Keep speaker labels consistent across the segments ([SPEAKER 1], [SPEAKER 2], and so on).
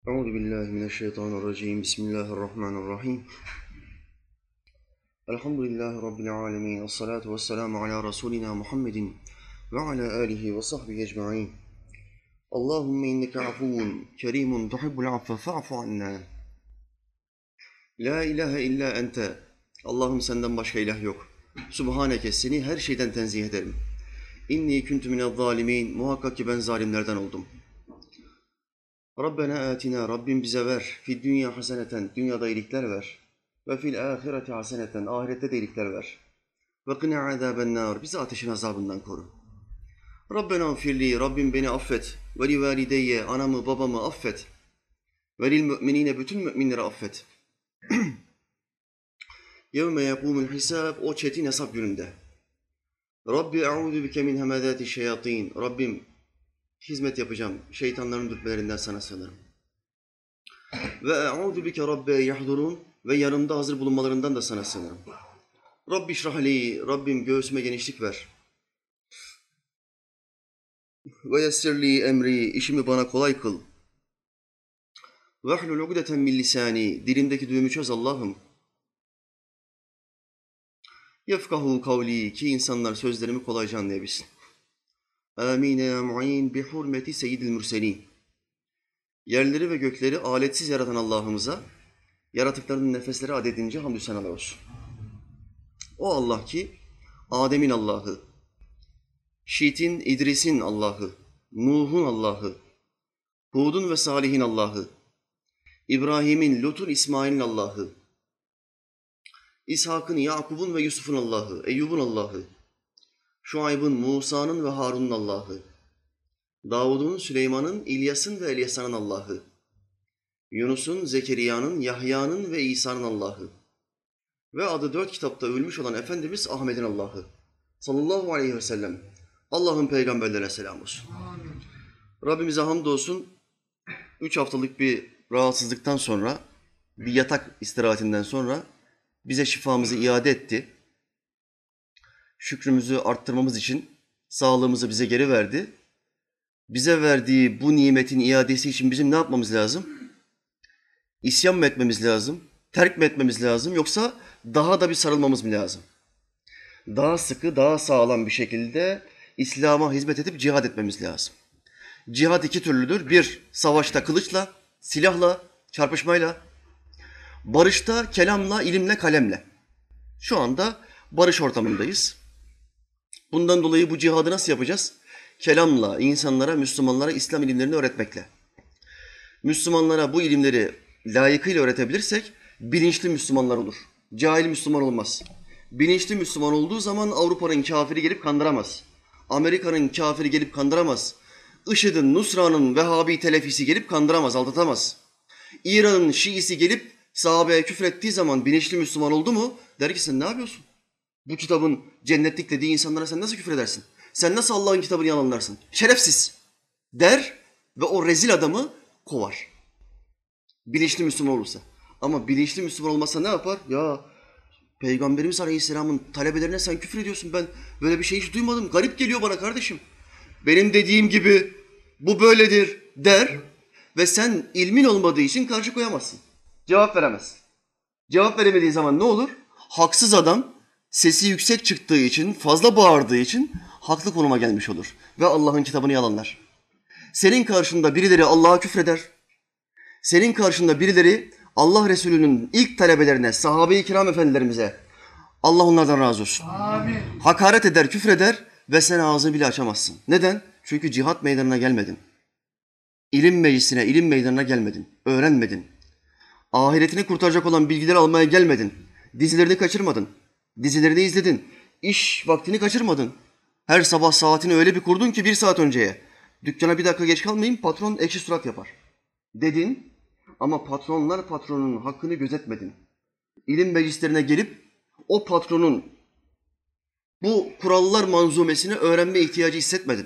[SPEAKER 1] Euzu billahi mineşşeytanirracim. Bismillahirrahmanirrahim. Elhamdülillahi rabbil alamin. Essalatu vesselamu ala rasulina Muhammedin ve ala alihi ve sahbihi ecmaîn. Allahumme inneke afuvun kerimun tuhibbul affe fa'fu anna. La ilahe illa ente. Allah'ım senden başka ilah yok. Subhaneke, seni her şeyden tenzih ederim. İnni kuntu minez zalimin. Muhakkak ki ben zalimlerden oldum. Rabbena atina, Rabbim bize ver. Fid dünya haseneten, dünyada iyilikler ver. Ve fil ahireti haseneten, ahirette de iyilikler ver. Ve qina azaben nar, bizi ateşin azabından koru. Rabbena firli, Rabbim beni affet. Ve li valideyye, anamı babamı affet. Ve lil müminine, bütün müminleri affet. Yevme yekumul hisab, o çetin hesap gününde. Rabbi e'udu bike min hemezati şeyatin. Rabbim, hizmet yapacağım. Şeytanların dürtmelerinden sana sığınırım. Ve e'udu bike rabbe yahdurun, ve yanımda hazır bulunmalarından da sana sığınırım. Rabbi şrahli, Rabbim göğsüme genişlik ver. Ve yessirli emri, işimi bana kolay kıl. Ve hlul ugdeten min lisani, dilimdeki düğümü çöz Allah'ım. Yefkahu kavli, ki insanlar sözlerimi kolayca anlayabilsin. Amin ya mu'in bi hurmeti seyyidil mürselin. Yerleri ve gökleri aletsiz yaratan Allah'ımıza, yaratıklarının nefesleri adedince hamdü senalar olsun. O Allah ki, Adem'in Allah'ı, Şit'in, İdris'in Allah'ı, Nuh'un Allah'ı, Hud'un ve Salih'in Allah'ı, İbrahim'in, Lut'un, İsmail'in Allah'ı, İshak'ın, Yakub'un ve Yusuf'un Allah'ı, Eyyub'un Allah'ı, Şuayb'ın, Musa'nın ve Harun'un Allah'ı, Davud'un, Süleyman'ın, İlyas'ın ve Elyasa'nın Allah'ı, Yunus'un, Zekeriya'nın, Yahya'nın ve İsa'nın Allah'ı ve adı 4 kitapta ölmüş olan Efendimiz Ahmet'in Allah'ı sallallahu aleyhi ve sellem. Allah'ın peygamberlerine selam olsun. Amin. Rabbimize hamdolsun. 3 haftalık bir rahatsızlıktan sonra, bir yatak istirahatinden sonra bize şifamızı iade etti. Şükrümüzü arttırmamız için sağlığımızı bize geri verdi. Bize verdiği bu nimetin iadesi için bizim ne yapmamız lazım? İsyan mı etmemiz lazım? Terk mi etmemiz lazım? Yoksa daha da bir sarılmamız mı lazım? Daha sıkı, daha sağlam bir şekilde İslam'a hizmet edip cihad etmemiz lazım. Cihad iki türlüdür. Bir, savaşta kılıçla, silahla, çarpışmayla. Barışta kelamla, ilimle, kalemle. Şu anda barış ortamındayız. Bundan dolayı bu cihadı nasıl yapacağız? Kelamla, insanlara, Müslümanlara İslam ilimlerini öğretmekle. Müslümanlara bu ilimleri layıkıyla öğretebilirsek bilinçli Müslümanlar olur. Cahil Müslüman olmaz. Bilinçli Müslüman olduğu zaman Avrupa'nın kafiri gelip kandıramaz. Amerika'nın kafiri gelip kandıramaz. IŞİD'in, Nusra'nın, Vehhabi telefisi gelip kandıramaz, aldatamaz. İran'ın Şiisi gelip sahabeye küfrettiği zaman bilinçli Müslüman oldu mu der ki sen ne yapıyorsun? Bu kitabın cennetlik dediği insanlara sen nasıl küfredersin? Sen nasıl Allah'ın kitabını yalanlarsın? Şerefsiz der ve o rezil adamı kovar. Bilinçli Müslüman olursa. Ama bilinçli Müslüman olmazsa ne yapar? Ya Peygamberimiz Aleyhisselam'ın talebelerine sen küfür ediyorsun. Ben böyle bir şey hiç duymadım. Garip geliyor bana kardeşim. Benim dediğim gibi bu böyledir der ve sen ilmin olmadığı için karşı koyamazsın. Cevap veremezsin. Cevap veremediği zaman ne olur? Haksız adam sesi yüksek çıktığı için, fazla bağırdığı için haklı konuma gelmiş olur. Ve Allah'ın kitabını yalanlar. Senin karşında birileri Allah'a küfreder. Senin karşında birileri Allah Resulü'nün ilk talebelerine, sahabe-i kiram efendilerimize, Allah onlardan razı olsun. Amin. Hakaret eder, küfreder ve sen ağzını bile açamazsın. Neden? Çünkü cihat meydanına gelmedin. İlim meclisine, ilim meydanına gelmedin. Öğrenmedin. Ahiretini kurtaracak olan bilgileri almaya gelmedin. Dizilerini kaçırmadın. Dizilerini izledin. İş vaktini kaçırmadın. Her sabah saatini öyle bir kurdun ki 1 saat önceye. Dükkana 1 dakika geç kalmayayım, patron ekşi surat yapar. Dedin ama patronun hakkını gözetmedin. İlim meclislerine gelip o patronun bu kurallar manzumesini öğrenme ihtiyacı hissetmedin.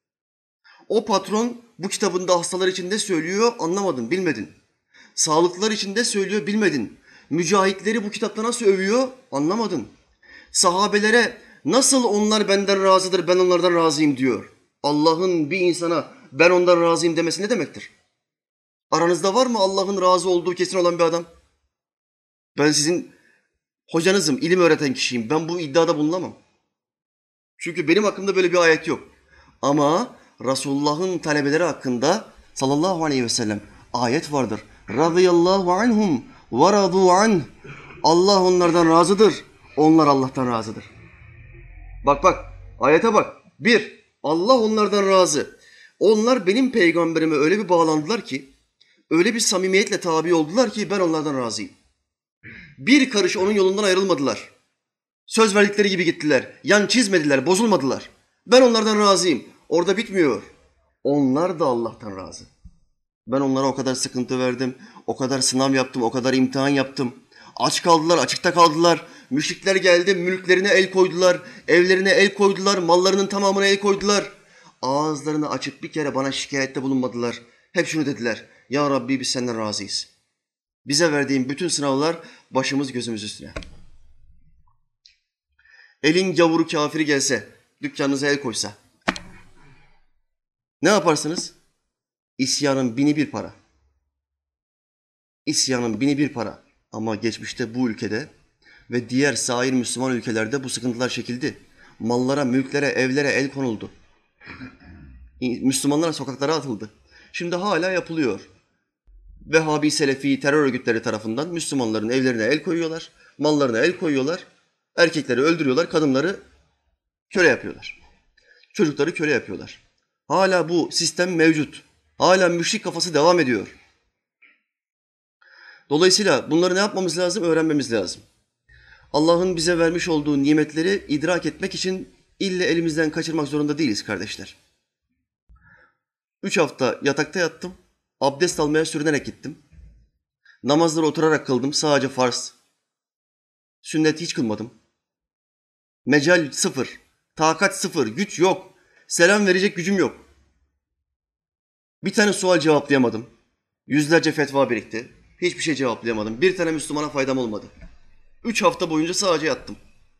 [SPEAKER 1] O patron bu kitabında hastalar için ne söylüyor anlamadın, bilmedin. Sağlıklılar için ne söylüyor bilmedin. Mücahitleri bu kitapta nasıl övüyor anlamadın. Sahabelere nasıl onlar benden razıdır, ben onlardan razıyım diyor. Allah'ın bir insana ben ondan razıyım demesi ne demektir? Aranızda var mı Allah'ın razı olduğu kesin olan bir adam? Ben sizin hocanızım, ilim öğreten kişiyim. Ben bu iddiada bulunamam. Çünkü benim hakkımda böyle bir ayet yok. Ama Resulullah'ın talebeleri hakkında sallallahu aleyhi ve sellem ayet vardır. Radıyallahu anhum ve radu anh. Allah onlardan razıdır. Onlar Allah'tan razıdır. Bak, ayete bak. Bir, Allah onlardan razı. Onlar benim peygamberime öyle bir bağlandılar ki, öyle bir samimiyetle tabi oldular ki ben onlardan razıyım. Bir karış onun yolundan ayrılmadılar. Söz verdikleri gibi gittiler. Yan çizmediler, bozulmadılar. Ben onlardan razıyım. Orada bitmiyor. Onlar da Allah'tan razı. Ben onlara o kadar sıkıntı verdim, o kadar sınav yaptım, o kadar imtihan yaptım. Aç kaldılar, açıkta kaldılar. Müşrikler geldi, mülklerine el koydular, evlerine el koydular, mallarının tamamına el koydular. Ağızlarını açıp bir kere bana şikayette bulunmadılar. Hep şunu dediler, ya Rabbi biz senden razıyız. Bize verdiğin bütün sınavlar başımız gözümüz üstüne. Elin gavuru kafiri gelse, dükkanınıza el koysa, ne yaparsınız? İsyanın bini bir para. İsyanın bini bir para. Ama geçmişte bu ülkede ve diğer sair Müslüman ülkelerde bu sıkıntılar çekildi. Mallara, mülklere, evlere el konuldu. Müslümanlar sokaklara atıldı. Şimdi hala yapılıyor. Vehhabi, Selefi terör örgütleri tarafından Müslümanların evlerine el koyuyorlar, mallarına el koyuyorlar, erkekleri öldürüyorlar, kadınları köle yapıyorlar. Çocukları köle yapıyorlar. Hala bu sistem mevcut. Hala müşrik kafası devam ediyor. Dolayısıyla bunları ne yapmamız lazım? Öğrenmemiz lazım. Allah'ın bize vermiş olduğu nimetleri idrak etmek için ille elimizden kaçırmak zorunda değiliz kardeşler. 3 hafta yatakta yattım. Abdest almaya sürünerek gittim. Namazları oturarak kıldım. Sadece farz. Sünnet hiç kılmadım. Mecal sıfır. Takat sıfır. Güç yok. Selam verecek gücüm yok. Bir tane sual cevaplayamadım. Yüzlerce fetva birikti. Hiçbir şey cevaplayamadım. Bir tane Müslümana faydam olmadı. 3 hafta boyunca sadece yattım.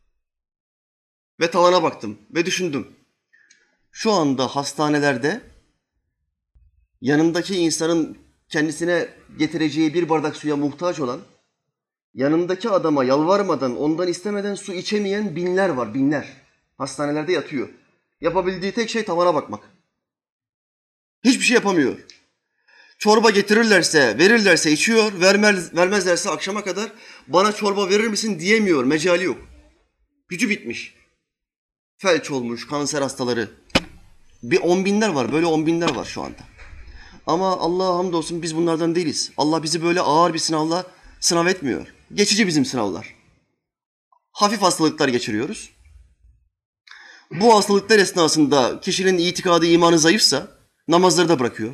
[SPEAKER 1] Ve tavana baktım ve düşündüm. Şu anda hastanelerde yanındaki insanın kendisine getireceği bir bardak suya muhtaç olan, yanındaki adama yalvarmadan, ondan istemeden su içemeyen binler var, binler. Hastanelerde yatıyor. Yapabildiği tek şey tavana bakmak. Hiçbir şey yapamıyor. Çorba getirirlerse, verirlerse içiyor, vermezlerse akşama kadar bana çorba verir misin diyemiyor, mecali yok. Gücü bitmiş. Felç olmuş, kanser hastaları. Bir 10 binler var, böyle 10 binler var şu anda. Ama Allah'a hamdolsun biz bunlardan değiliz. Allah bizi böyle ağır bir sınavla sınav etmiyor. Geçici bizim sınavlar. Hafif hastalıklar geçiriyoruz. Bu hastalıklar esnasında kişinin itikadı, imanı zayıfsa namazları da bırakıyor.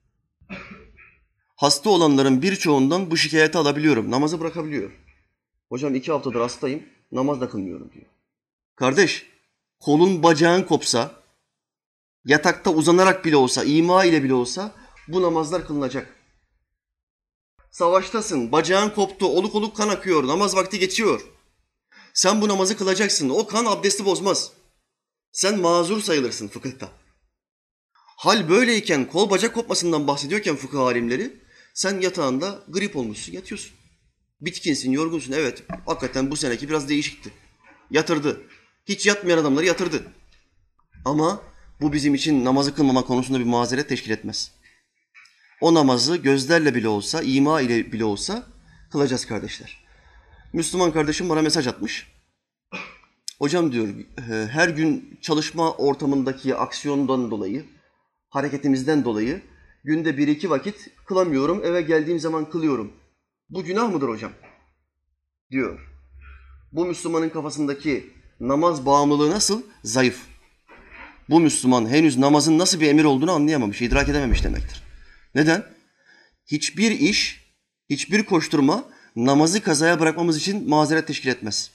[SPEAKER 1] Hasta olanların birçoğundan bu şikayeti alabiliyorum. Namazı bırakabiliyor. Hocam 2 haftadır hastayım, namaz da kılmıyorum diyor. Kardeş, kolun bacağın kopsa, yatakta uzanarak bile olsa, ima ile bile olsa bu namazlar kılınacak. Savaştasın, bacağın koptu, oluk oluk kan akıyor, namaz vakti geçiyor. Sen bu namazı kılacaksın, o kan abdesti bozmaz. Sen mazur sayılırsın fıkıhta. Hal böyleyken, kol bacak kopmasından bahsediyorken fıkıh alimleri, sen yatağında grip olmuşsun, yatıyorsun. Bitkinsin, yorgunsun, evet. Hakikaten bu seneki biraz değişikti. Yatırdı. Hiç yatmayan adamları yatırdı. Ama bu bizim için namazı kılmama konusunda bir mazeret teşkil etmez. O namazı gözlerle bile olsa, ima ile bile olsa kılacağız kardeşler. Müslüman kardeşim bana mesaj atmış. Hocam diyor, her gün çalışma ortamındaki aksiyondan dolayı, hareketimizden dolayı günde 1-2 vakit kılamıyorum, eve geldiğim zaman kılıyorum. Bu günah mıdır hocam? Diyor. Bu Müslümanın kafasındaki namaz bağımlılığı nasıl? Zayıf. Bu Müslüman henüz namazın nasıl bir emir olduğunu anlayamamış, idrak edememiş demektir. Neden? Hiçbir iş, hiçbir koşturma namazı kazaya bırakmamız için mazeret teşkil etmez.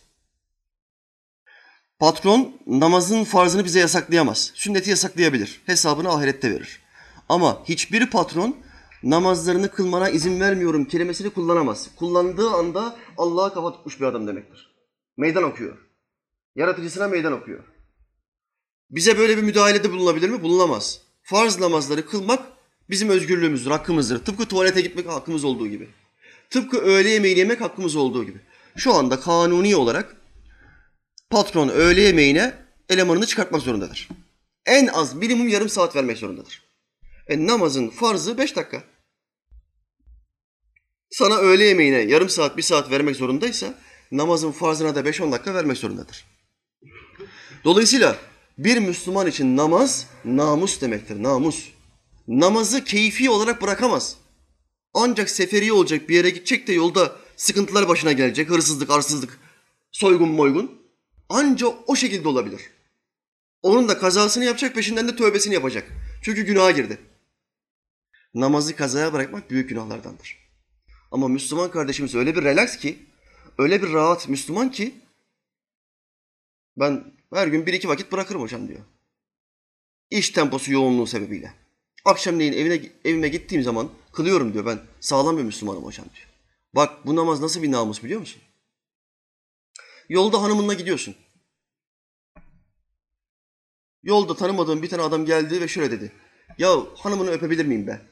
[SPEAKER 1] Patron namazın farzını bize yasaklayamaz. Sünneti yasaklayabilir. Hesabını ahirette verir. Ama hiçbir patron namazlarını kılmana izin vermiyorum kelimesini kullanamaz. Kullandığı anda Allah'a kafa tutmuş bir adam demektir. Meydan okuyor. Yaratıcısına meydan okuyor. Bize böyle bir müdahalede bulunabilir mi? Bulunamaz. Farz namazları kılmak Bizim özgürlüğümüzdür, hakkımızdır. Tıpkı tuvalete gitmek hakkımız olduğu gibi. Tıpkı öğle yemeğini yemek hakkımız olduğu gibi. Şu anda kanuni olarak patron öğle yemeğine elemanını çıkartmak zorundadır. En az minimum yarım saat vermek zorundadır. Namazın farzı 5 dakika. Sana öğle yemeğine yarım saat, 1 saat vermek zorundaysa namazın farzına da 5-10 dakika vermek zorundadır. Dolayısıyla bir Müslüman için namaz namus demektir, namus. Namazı keyfi olarak bırakamaz. Ancak seferi olacak, bir yere gidecek de yolda sıkıntılar başına gelecek, hırsızlık, arsızlık, soygun moygun. Ancak o şekilde olabilir. Onun da kazasını yapacak, peşinden de tövbesini yapacak. Çünkü günaha girdi. Namazı kazaya bırakmak büyük günahlardandır. Ama Müslüman kardeşimiz öyle bir relax ki, öyle bir rahat Müslüman ki, ben her gün 1-2 vakit bırakırım hocam diyor. İş temposu yoğunluğu sebebiyle. Akşamleyin evime gittiğim zaman kılıyorum diyor, ben sağlam bir Müslümanım hocam diyor. Bak bu namaz nasıl bir namus biliyor musun? Yolda hanımınla gidiyorsun. Yolda tanımadığım bir tane adam geldi ve şöyle dedi. Ya hanımını öpebilir miyim be?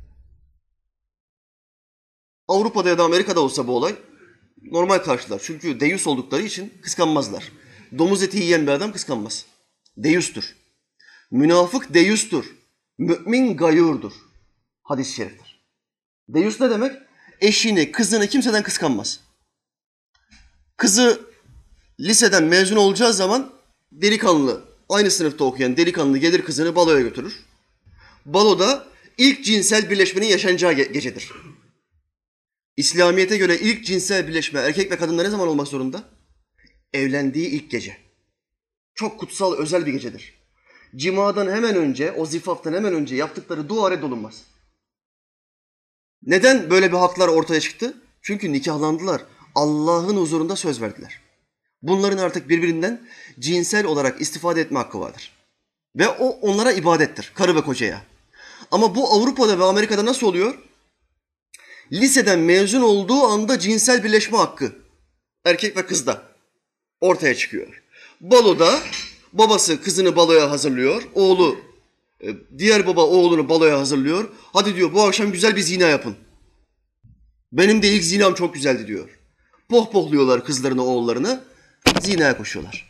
[SPEAKER 1] Avrupa'da ya da Amerika'da olsa bu olay normal karşılar. Çünkü deyyus oldukları için kıskanmazlar. Domuz eti yiyen bir adam kıskanmaz. Deyyustur. Münafık deyyustur. Mümin gayurdur. Hadis-i şeriftir. Deyyus ne demek? Eşini, kızını kimseden kıskanmaz. Kızı liseden mezun olacağı zaman delikanlı, aynı sınıfta okuyan delikanlı gelir kızını baloya götürür. Baloda ilk cinsel birleşmenin yaşanacağı gecedir. İslamiyet'e göre ilk cinsel birleşme erkek ve kadınla ne zaman olmak zorunda? Evlendiği ilk gece. Çok kutsal, özel bir gecedir. Cimadan hemen önce, o zifaftan hemen önce yaptıkları dua reddolunmaz. Neden böyle bir haklar ortaya çıktı? Çünkü nikahlandılar. Allah'ın huzurunda söz verdiler. Bunların artık birbirinden cinsel olarak istifade etme hakkı vardır. Ve o onlara ibadettir, karı ve kocaya. Ama bu Avrupa'da ve Amerika'da nasıl oluyor? Liseden mezun olduğu anda cinsel birleşme hakkı erkek ve kızda ortaya çıkıyor. Baloda babası kızını baloya hazırlıyor, diğer baba oğlunu baloya hazırlıyor. Hadi diyor bu akşam güzel bir zina yapın. Benim de ilk zinam çok güzeldi diyor. Pohpohluyorlar kızlarını, oğullarını, zinaya koşuyorlar.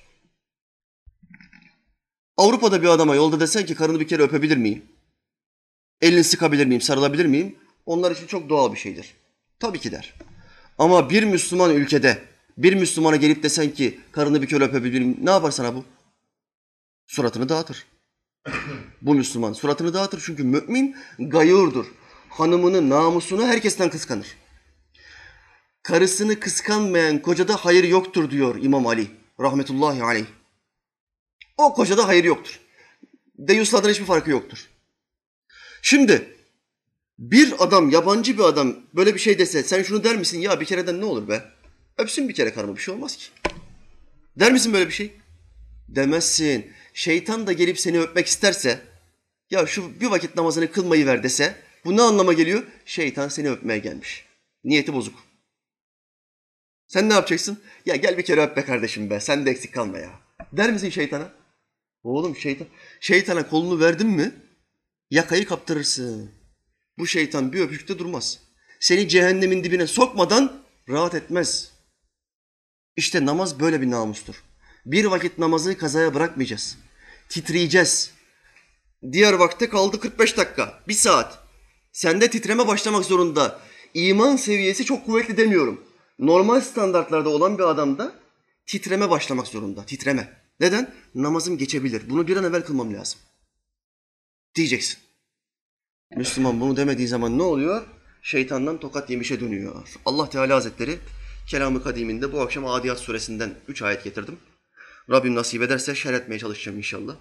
[SPEAKER 1] Avrupa'da bir adama yolda desen ki karını bir kere öpebilir miyim? Elini sıkabilir miyim, sarılabilir miyim? Onlar için çok doğal bir şeydir. Tabii ki der. Ama bir Müslüman ülkede bir Müslümana gelip desen ki karını bir kere öpebilir miyim? Ne yapar sana bu? Suratını dağıtır. Bu Müslüman suratını dağıtır çünkü mümin gayurdur. Hanımını, namusunu herkesten kıskanır. Karısını kıskanmayan kocada hayır yoktur diyor İmam Ali rahmetullahi aleyh. O kocada hayır yoktur. Deyyuslardan hiçbir farkı yoktur. Şimdi bir adam, yabancı bir adam böyle bir şey dese sen şunu der misin? Ya bir kereden ne olur be? Öpsün bir kere karımı, bir şey olmaz ki. Der misin böyle bir şey? Demezsin. Şeytan da gelip seni öpmek isterse, ya şu bir vakit namazını kılmayı ver dese, bu ne anlama geliyor? Şeytan seni öpmeye gelmiş. Niyeti bozuk. Sen ne yapacaksın? Ya gel bir kere öp be kardeşim be, sen de eksik kalma ya. Der misin şeytana? Oğlum şeytana kolunu verdin mi yakayı kaptırırsın. Bu şeytan bir öpüşte durmaz. Seni cehennemin dibine sokmadan rahat etmez. İşte namaz böyle bir namustur. Bir vakit namazı kazaya bırakmayacağız. Titreyeceğiz. Diğer vakte kaldı 45 dakika, 1 saat. Sende titreme başlamak zorunda. İman seviyesi çok kuvvetli demiyorum. Normal standartlarda olan bir adamda titreme başlamak zorunda. Titreme. Neden? Namazım geçebilir. Bunu bir an evvel kılmam lazım. Diyeceksin. Müslüman bunu demediği zaman ne oluyor? Şeytandan tokat yemişe dönüyor. Allah Teala Hazretleri Kelam-ı Kadim'inde bu akşam Adiyat suresinden 3 ayet getirdim. Rabbim nasip ederse şerh etmeye çalışacağım inşallah.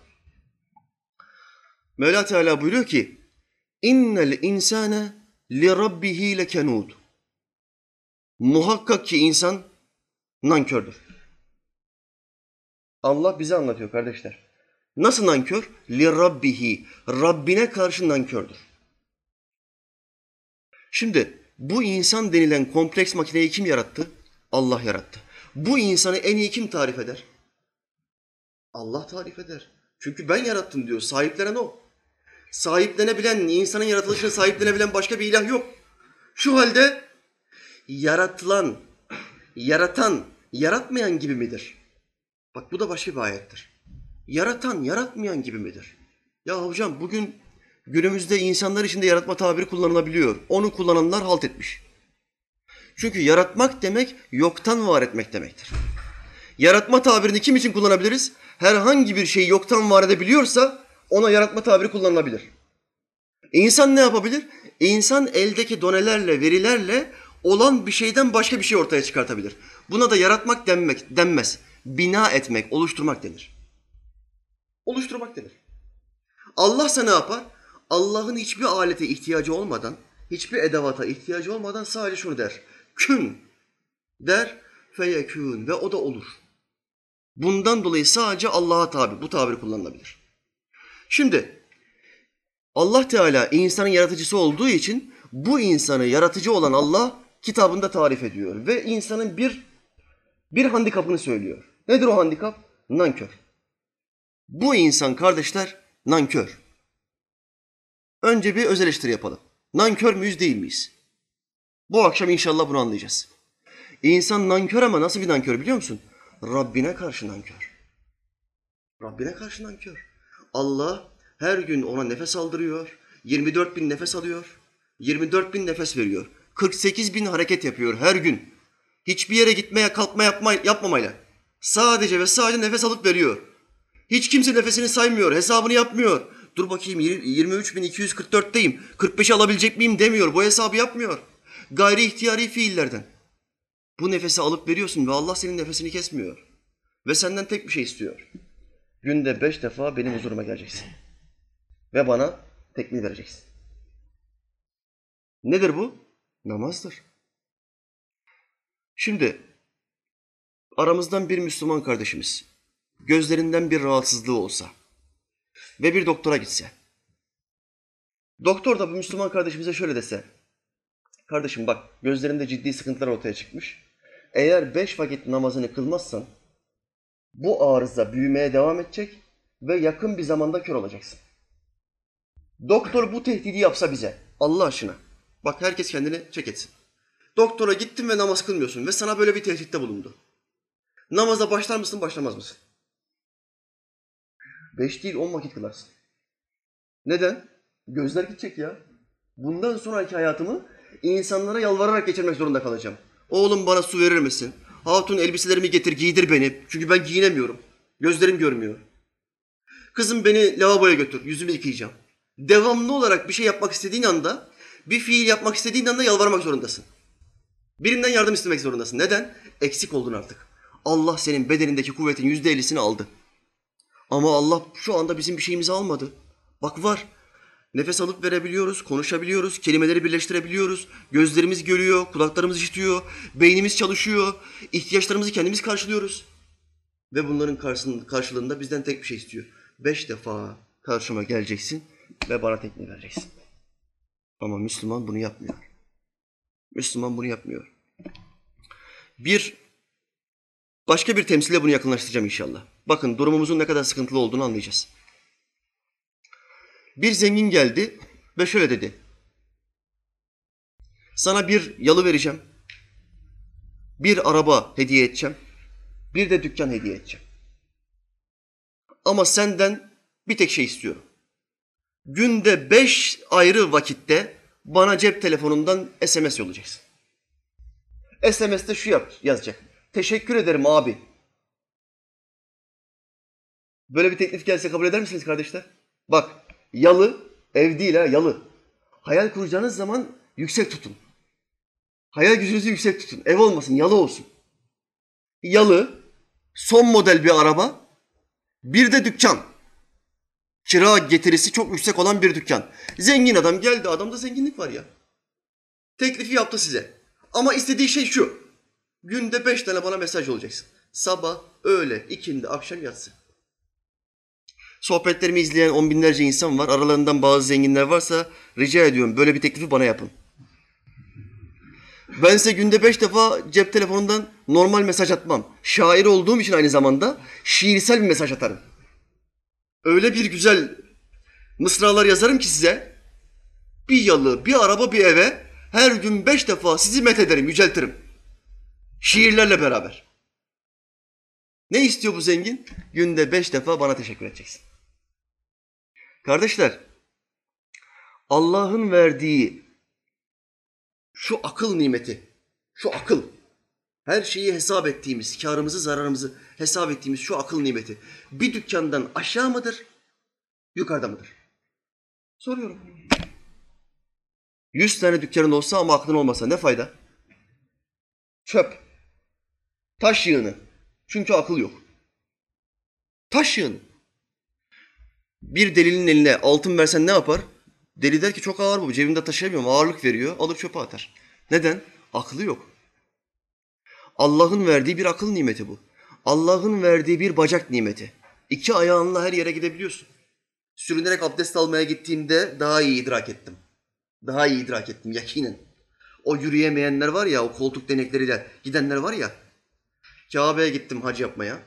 [SPEAKER 1] Mevla Teala buyuruyor ki İnnel insane li rabbihi lekenud. Muhakkak ki insan nankördür. Allah bize anlatıyor kardeşler. Nasıl nankör? Li rabbihi. Rabbine karşı nankördür. Şimdi bu insan denilen kompleks makineyi kim yarattı? Allah yarattı. Bu insanı en iyi kim tarif eder? Allah tarif eder. Çünkü ben yarattım diyor. Sahiplenen o. Sahiplenebilen, insanın yaratılışını sahiplenebilen başka bir ilah yok. Şu halde yaratılan, yaratan, yaratmayan gibi midir? Bak bu da başka bir ayettir. Yaratan, yaratmayan gibi midir? Ya hocam bugün günümüzde insanlar için de yaratma tabiri kullanılabiliyor. Onu kullananlar halt etmiş. Çünkü yaratmak demek yoktan var etmek demektir. Yaratma tabirini kim için kullanabiliriz? Herhangi bir şeyi yoktan var edebiliyorsa ona yaratma tabiri kullanılabilir. İnsan ne yapabilir? İnsan eldeki donelerle, verilerle olan bir şeyden başka bir şey ortaya çıkartabilir. Buna da yaratmak denmez. Bina etmek, oluşturmak denir. Oluşturmak denir. Allah ise ne yapar? Allah'ın hiçbir alete ihtiyacı olmadan, hiçbir edevata ihtiyacı olmadan sadece şunu der. Kün der, feyekün ve o da olur. Bundan dolayı sadece Allah'a tabi, bu tabir kullanılabilir. Şimdi Allah Teala insanın yaratıcısı olduğu için bu insanı yaratıcı olan Allah kitabında tarif ediyor ve insanın bir handikapını söylüyor. Nedir o handikap? Nankör. Bu insan kardeşler nankör. Önce bir öz eleştiri yapalım. Nankör müyüz değil miyiz? Bu akşam inşallah bunu anlayacağız. İnsan nankör ama nasıl bir nankör biliyor musun? Rabbine karşı nankör. Rabbine karşı nankör. Allah her gün ona nefes aldırıyor. 24 bin nefes alıyor. 24 bin nefes veriyor. 48 bin hareket yapıyor her gün. Hiçbir yere gitmeye, kalkma yapmamayla. Sadece ve sadece nefes alıp veriyor. Hiç kimse nefesini saymıyor, hesabını yapmıyor. Dur bakayım 23.244'teyim, 45'i alabilecek miyim demiyor. Bu hesabı yapmıyor. Gayri ihtiyari fiillerden. Bu nefesi alıp veriyorsun ve Allah senin nefesini kesmiyor. Ve senden tek bir şey istiyor. Günde 5 defa benim huzuruma geleceksin. Ve bana tekmil vereceksin. Nedir bu? Namazdır. Şimdi aramızdan bir Müslüman kardeşimiz gözlerinden bir rahatsızlığı olsa ve bir doktora gitse, doktor da bu Müslüman kardeşimize şöyle dese, kardeşim bak gözlerinde ciddi sıkıntılar ortaya çıkmış. Eğer 5 vakit namazını kılmazsan bu arıza büyümeye devam edecek ve yakın bir zamanda kör olacaksın. Doktor bu tehdidi yapsa bize, Allah aşkına, bak herkes kendini çek etsin. Doktora gittin ve namaz kılmıyorsun ve sana böyle bir tehditte bulundu. Namaza başlar mısın, başlamaz mısın? 5 değil 10 vakit kılarsın. Neden? Gözler gidecek ya. Bundan sonraki hayatımı insanlara yalvararak geçirmek zorunda kalacağım. Oğlum bana su verir misin? Hatun elbiselerimi getir, giydir beni. Çünkü ben giyinemiyorum. Gözlerim görmüyor. Kızım beni lavaboya götür, yüzümü yıkayacağım. Devamlı olarak bir şey yapmak istediğin anda, bir fiil yapmak istediğin anda yalvarmak zorundasın. Birinden yardım istemek zorundasın. Neden? Eksik oldun artık. Allah senin bedenindeki kuvvetin %50'sini aldı. Ama Allah şu anda bizim bir şeyimizi almadı. Bak var. Nefes alıp verebiliyoruz, konuşabiliyoruz, kelimeleri birleştirebiliyoruz. Gözlerimiz görüyor, kulaklarımız işitiyor, beynimiz çalışıyor. İhtiyaçlarımızı kendimiz karşılıyoruz. Ve bunların karşılığında bizden tek bir şey istiyor. 5 defa karşıma geleceksin ve bana tekmil vereceksin. Ama Müslüman bunu yapmıyor. Müslüman bunu yapmıyor. Başka bir temsile bunu yakınlaştıracağım inşallah. Bakın durumumuzun ne kadar sıkıntılı olduğunu anlayacağız. Bir zengin geldi ve şöyle dedi. Sana bir yalı vereceğim, bir araba hediye edeceğim, bir de dükkan hediye edeceğim. Ama senden bir tek şey istiyorum. Günde 5 ayrı vakitte bana cep telefonundan SMS yollayacaksın. SMS'te şu yazacak. Teşekkür ederim abi. Böyle bir teklif gelse kabul eder misiniz kardeşler? Bak, yalı, ev değil ha, yalı. Hayal kuracağınız zaman yüksek tutun. Hayal gücünüzü yüksek tutun. Ev olmasın, yalı olsun. Yalı, son model bir araba, bir de dükkan. Kira getirisi çok yüksek olan bir dükkan. Zengin adam geldi, adamda zenginlik var ya. Teklifi yaptı size. Ama istediği şey şu. Günde 5 tane bana mesaj olacaksın. Sabah, öğle, ikindi, akşam, yatsı. Sohbetlerimi izleyen 10 binlerce insan var. Aralarından bazı zenginler varsa rica ediyorum böyle bir teklifi bana yapın. Ben size günde 5 defa cep telefonundan normal mesaj atmam. Şair olduğum için aynı zamanda şiirsel bir mesaj atarım. Öyle bir güzel Mısralar yazarım ki size. Bir yalı, bir araba, bir eve her gün 5 defa sizi methederim, yüceltirim. Şiirlerle beraber. Ne istiyor bu zengin? Günde 5 defa bana teşekkür edeceksin. Kardeşler, Allah'ın verdiği şu akıl nimeti, şu akıl, her şeyi hesap ettiğimiz, kârımızı, zararımızı hesap ettiğimiz şu akıl nimeti bir dükkandan aşağı mıdır, yukarıda mıdır? Soruyorum. 100 tane dükkanın olsa ama aklın olmasa ne fayda? Çöp. Taş yığını. Çünkü akıl yok. Taş yığını. Bir delinin eline altın versen ne yapar? Deli der ki çok ağır bu, cebimde taşıyamıyorum, ağırlık veriyor, alır çöpe atar. Neden? Aklı yok. Allah'ın verdiği bir akıl nimeti bu. Allah'ın verdiği bir bacak nimeti. 2 ayağınla her yere gidebiliyorsun. Sürünerek abdest almaya gittiğimde daha iyi idrak ettim. Daha iyi idrak ettim yakinen. O yürüyemeyenler var ya, o koltuk denekleriyle gidenler var ya. Kabe'ye gittim hac yapmaya.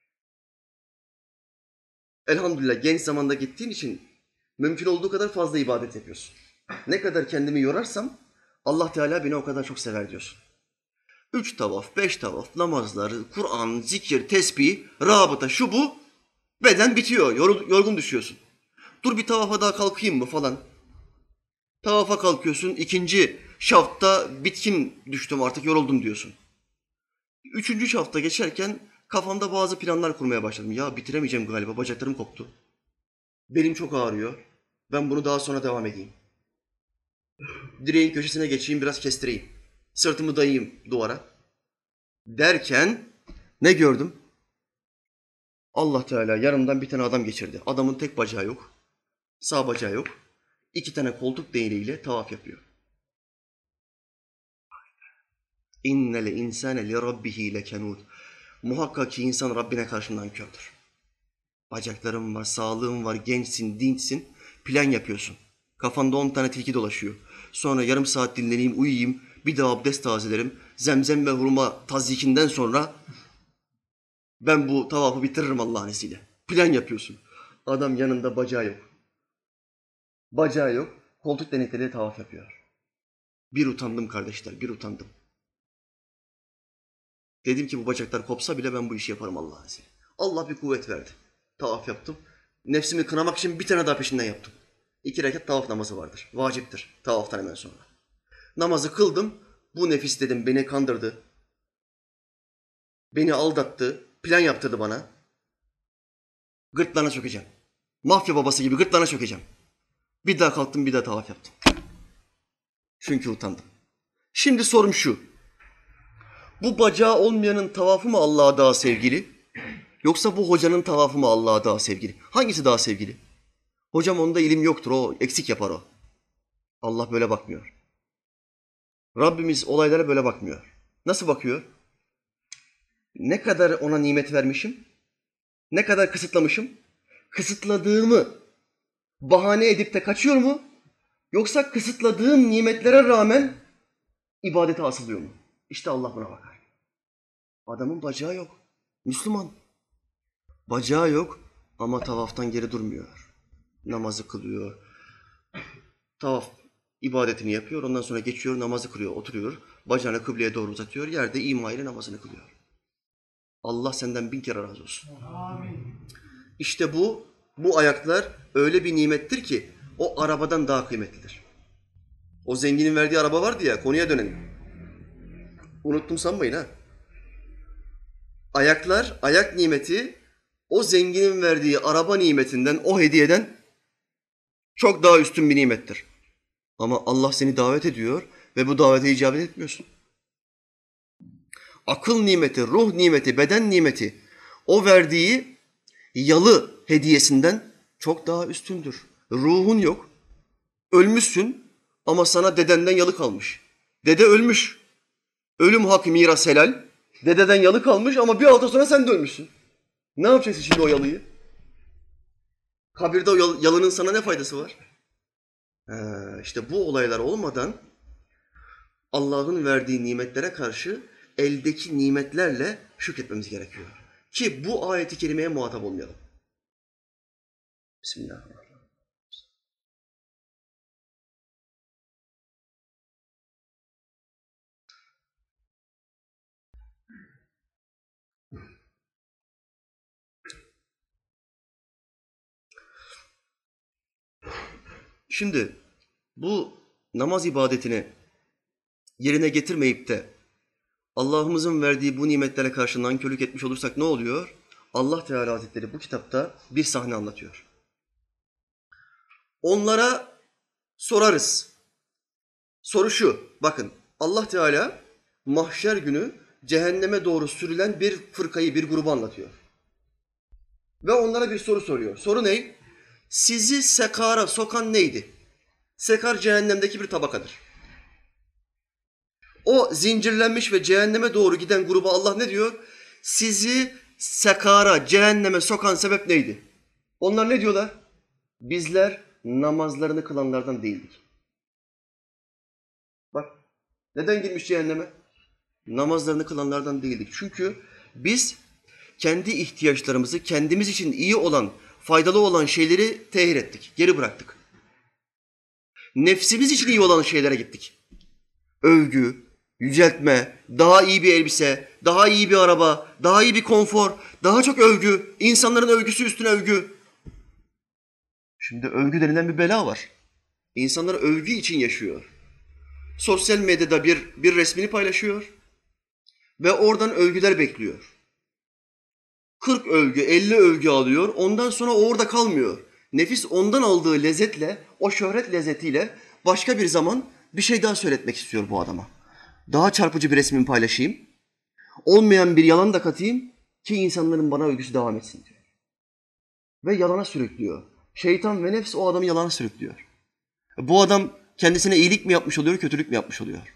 [SPEAKER 1] Elhamdülillah genç zamanda gittiğin için mümkün olduğu kadar fazla ibadet yapıyorsun. Ne kadar kendimi yorarsam Allah Teala beni o kadar çok sever diyorsun. 3 tavaf, 5 tavaf, namazlar, Kur'an, zikir, tesbih, rabıta, şu bu. Beden bitiyor, yorgun düşüyorsun. Dur bir tavafa daha kalkayım mı falan. Tavafa kalkıyorsun, 2. şafta bitkin düştüm artık yoruldum diyorsun. 3. şafta geçerken kafamda bazı planlar kurmaya başladım. Ya bitiremeyeceğim galiba, bacaklarım koptu. Belim çok ağrıyor. Ben bunu daha sonra devam edeyim. Direğin köşesine geçeyim, biraz kestireyim. Sırtımı dayayayım duvara. Derken ne gördüm? Allah Teala yanımdan bir tane adam geçirdi. Adamın tek bacağı yok. Sağ bacağı yok. 2 tane koltuk değneğiyle tavaf yapıyor. İnnel insane li rabbihi lekenud. Muhakkak ki insan Rabbine karşı nankördür. Bacaklarım var, sağlığım var, gençsin, dinçsin. Plan yapıyorsun. Kafanda 10 tane tilki dolaşıyor. Sonra yarım saat dinleneyim, uyuyayım. Bir daha abdest tazelerim. Zemzem ve hurma tazyikinden sonra ben bu tavafı bitiririm Allah'ın izniyle. Plan yapıyorsun. Adam yanında bacağı yok. Bacağı yok. Koltuk denekleriyle tavaf yapıyor. Bir utandım kardeşler, bir utandım. Dedim ki bu bacaklar kopsa bile ben bu işi yaparım Allah'ın izniyle. Allah bir kuvvet verdi. Tavaf yaptım. Nefsimi kınamak için bir tane daha peşinden yaptım. 2 rekat tavaf namazı vardır. Vaciptir tavaftan hemen sonra. Namazı kıldım. Bu nefis dedim beni kandırdı. Beni aldattı. Plan yaptırdı bana. Gırtlağına çökeceğim. Mafya babası gibi gırtlağına çökeceğim. Bir daha kalktım, bir daha tavaf yaptım. Çünkü utandım. Şimdi sorum şu. Bu bacağı olmayanın tavafı mı Allah'a daha sevgili? Yoksa bu hocanın tavafı mı Allah'a daha sevgili? Hangisi daha sevgili? Hocam onda ilim yoktur, o eksik yapar o. Allah böyle bakmıyor. Rabbimiz olaylara böyle bakmıyor. Nasıl bakıyor? Ne kadar ona nimet vermişim? Ne kadar kısıtlamışım? Kısıtladığımı bahane edip de kaçıyor mu? Yoksa kısıtladığım nimetlere rağmen ibadete asılıyor mu? İşte Allah buna bakar. Adamın bacağı yok. Müslüman. Bacağı yok ama tavaftan geri durmuyor. Namazı kılıyor. Tavaf ibadetini yapıyor. Ondan sonra geçiyor, namazı kılıyor, oturuyor. Bacağını kıbleye doğru uzatıyor. Yerde ima ile namazını kılıyor. Allah senden 1000 kere razı olsun. Amin. İşte bu ayaklar öyle bir nimettir ki o arabadan daha kıymetlidir. O zenginin verdiği araba vardı ya, konuya dönelim. Unuttum sanmayın ha. Ayaklar, ayak nimeti o zenginin verdiği araba nimetinden, o hediyeden çok daha üstün bir nimettir. Ama Allah seni davet ediyor ve bu davete icabet etmiyorsun. Akıl nimeti, ruh nimeti, beden nimeti o verdiği yalı hediyesinden çok daha üstündür. Ruhun yok, ölmüşsün ama sana dedenden yalı kalmış. Dede ölmüş, ölüm hakkı miras helal. Dededen yalı kalmış ama bir hafta sonra sen de ölmüşsün. Ne yapacaksın şimdi o yalıyı? Kabirde o yalının sana ne faydası var? İşte bu olaylar olmadan Allah'ın verdiği nimetlere karşı eldeki nimetlerle şükretmemiz gerekiyor. Ki bu ayeti kerimeye muhatap olmayalım. Bismillahirrahmanirrahim. Şimdi bu namaz ibadetini yerine getirmeyip de Allah'ımızın verdiği bu nimetlere karşı nankörlük etmiş olursak ne oluyor? Allah Teala Hazretleri bu kitapta bir sahne anlatıyor. Onlara sorarız. Soru şu, bakın Allah Teala mahşer günü cehenneme doğru sürülen bir fırkayı, bir grubu anlatıyor. Ve onlara bir soru soruyor. Soru ne? Sizi sekara sokan neydi? Sekar cehennemdeki bir tabakadır. O zincirlenmiş ve cehenneme doğru giden gruba Allah ne diyor? Sizi sekara, cehenneme sokan sebep neydi? Onlar ne diyorlar? Bizler namazlarını kılanlardan değildik. Bak, neden girmiş cehenneme? Namazlarını kılanlardan değildik. Çünkü biz kendi ihtiyaçlarımızı, kendimiz için iyi olan, faydalı olan şeyleri tehir ettik, geri bıraktık. Nefsimiz için iyi olan şeylere gittik. Övgü, yüceltme, daha iyi bir elbise, daha iyi bir araba, daha iyi bir konfor, daha çok övgü, insanların övgüsü üstüne övgü. Şimdi övgü denilen bir bela var. İnsanlar övgü için yaşıyor. Sosyal medyada bir resmini paylaşıyor ve oradan övgüler bekliyor. 40 övgü, 50 övgü alıyor, ondan sonra o orada kalmıyor. Nefis ondan aldığı lezzetle, o şöhret lezzetiyle başka bir zaman bir şey daha söyletmek istiyor bu adama. Daha çarpıcı bir resmimi paylaşayım, olmayan bir yalan da katayım ki insanların bana övgüsü devam etsin diyor. Ve yalana sürüklüyor. Şeytan ve nefs o adamı yalana sürüklüyor. Bu adam kendisine iyilik mi yapmış oluyor, kötülük mü yapmış oluyor?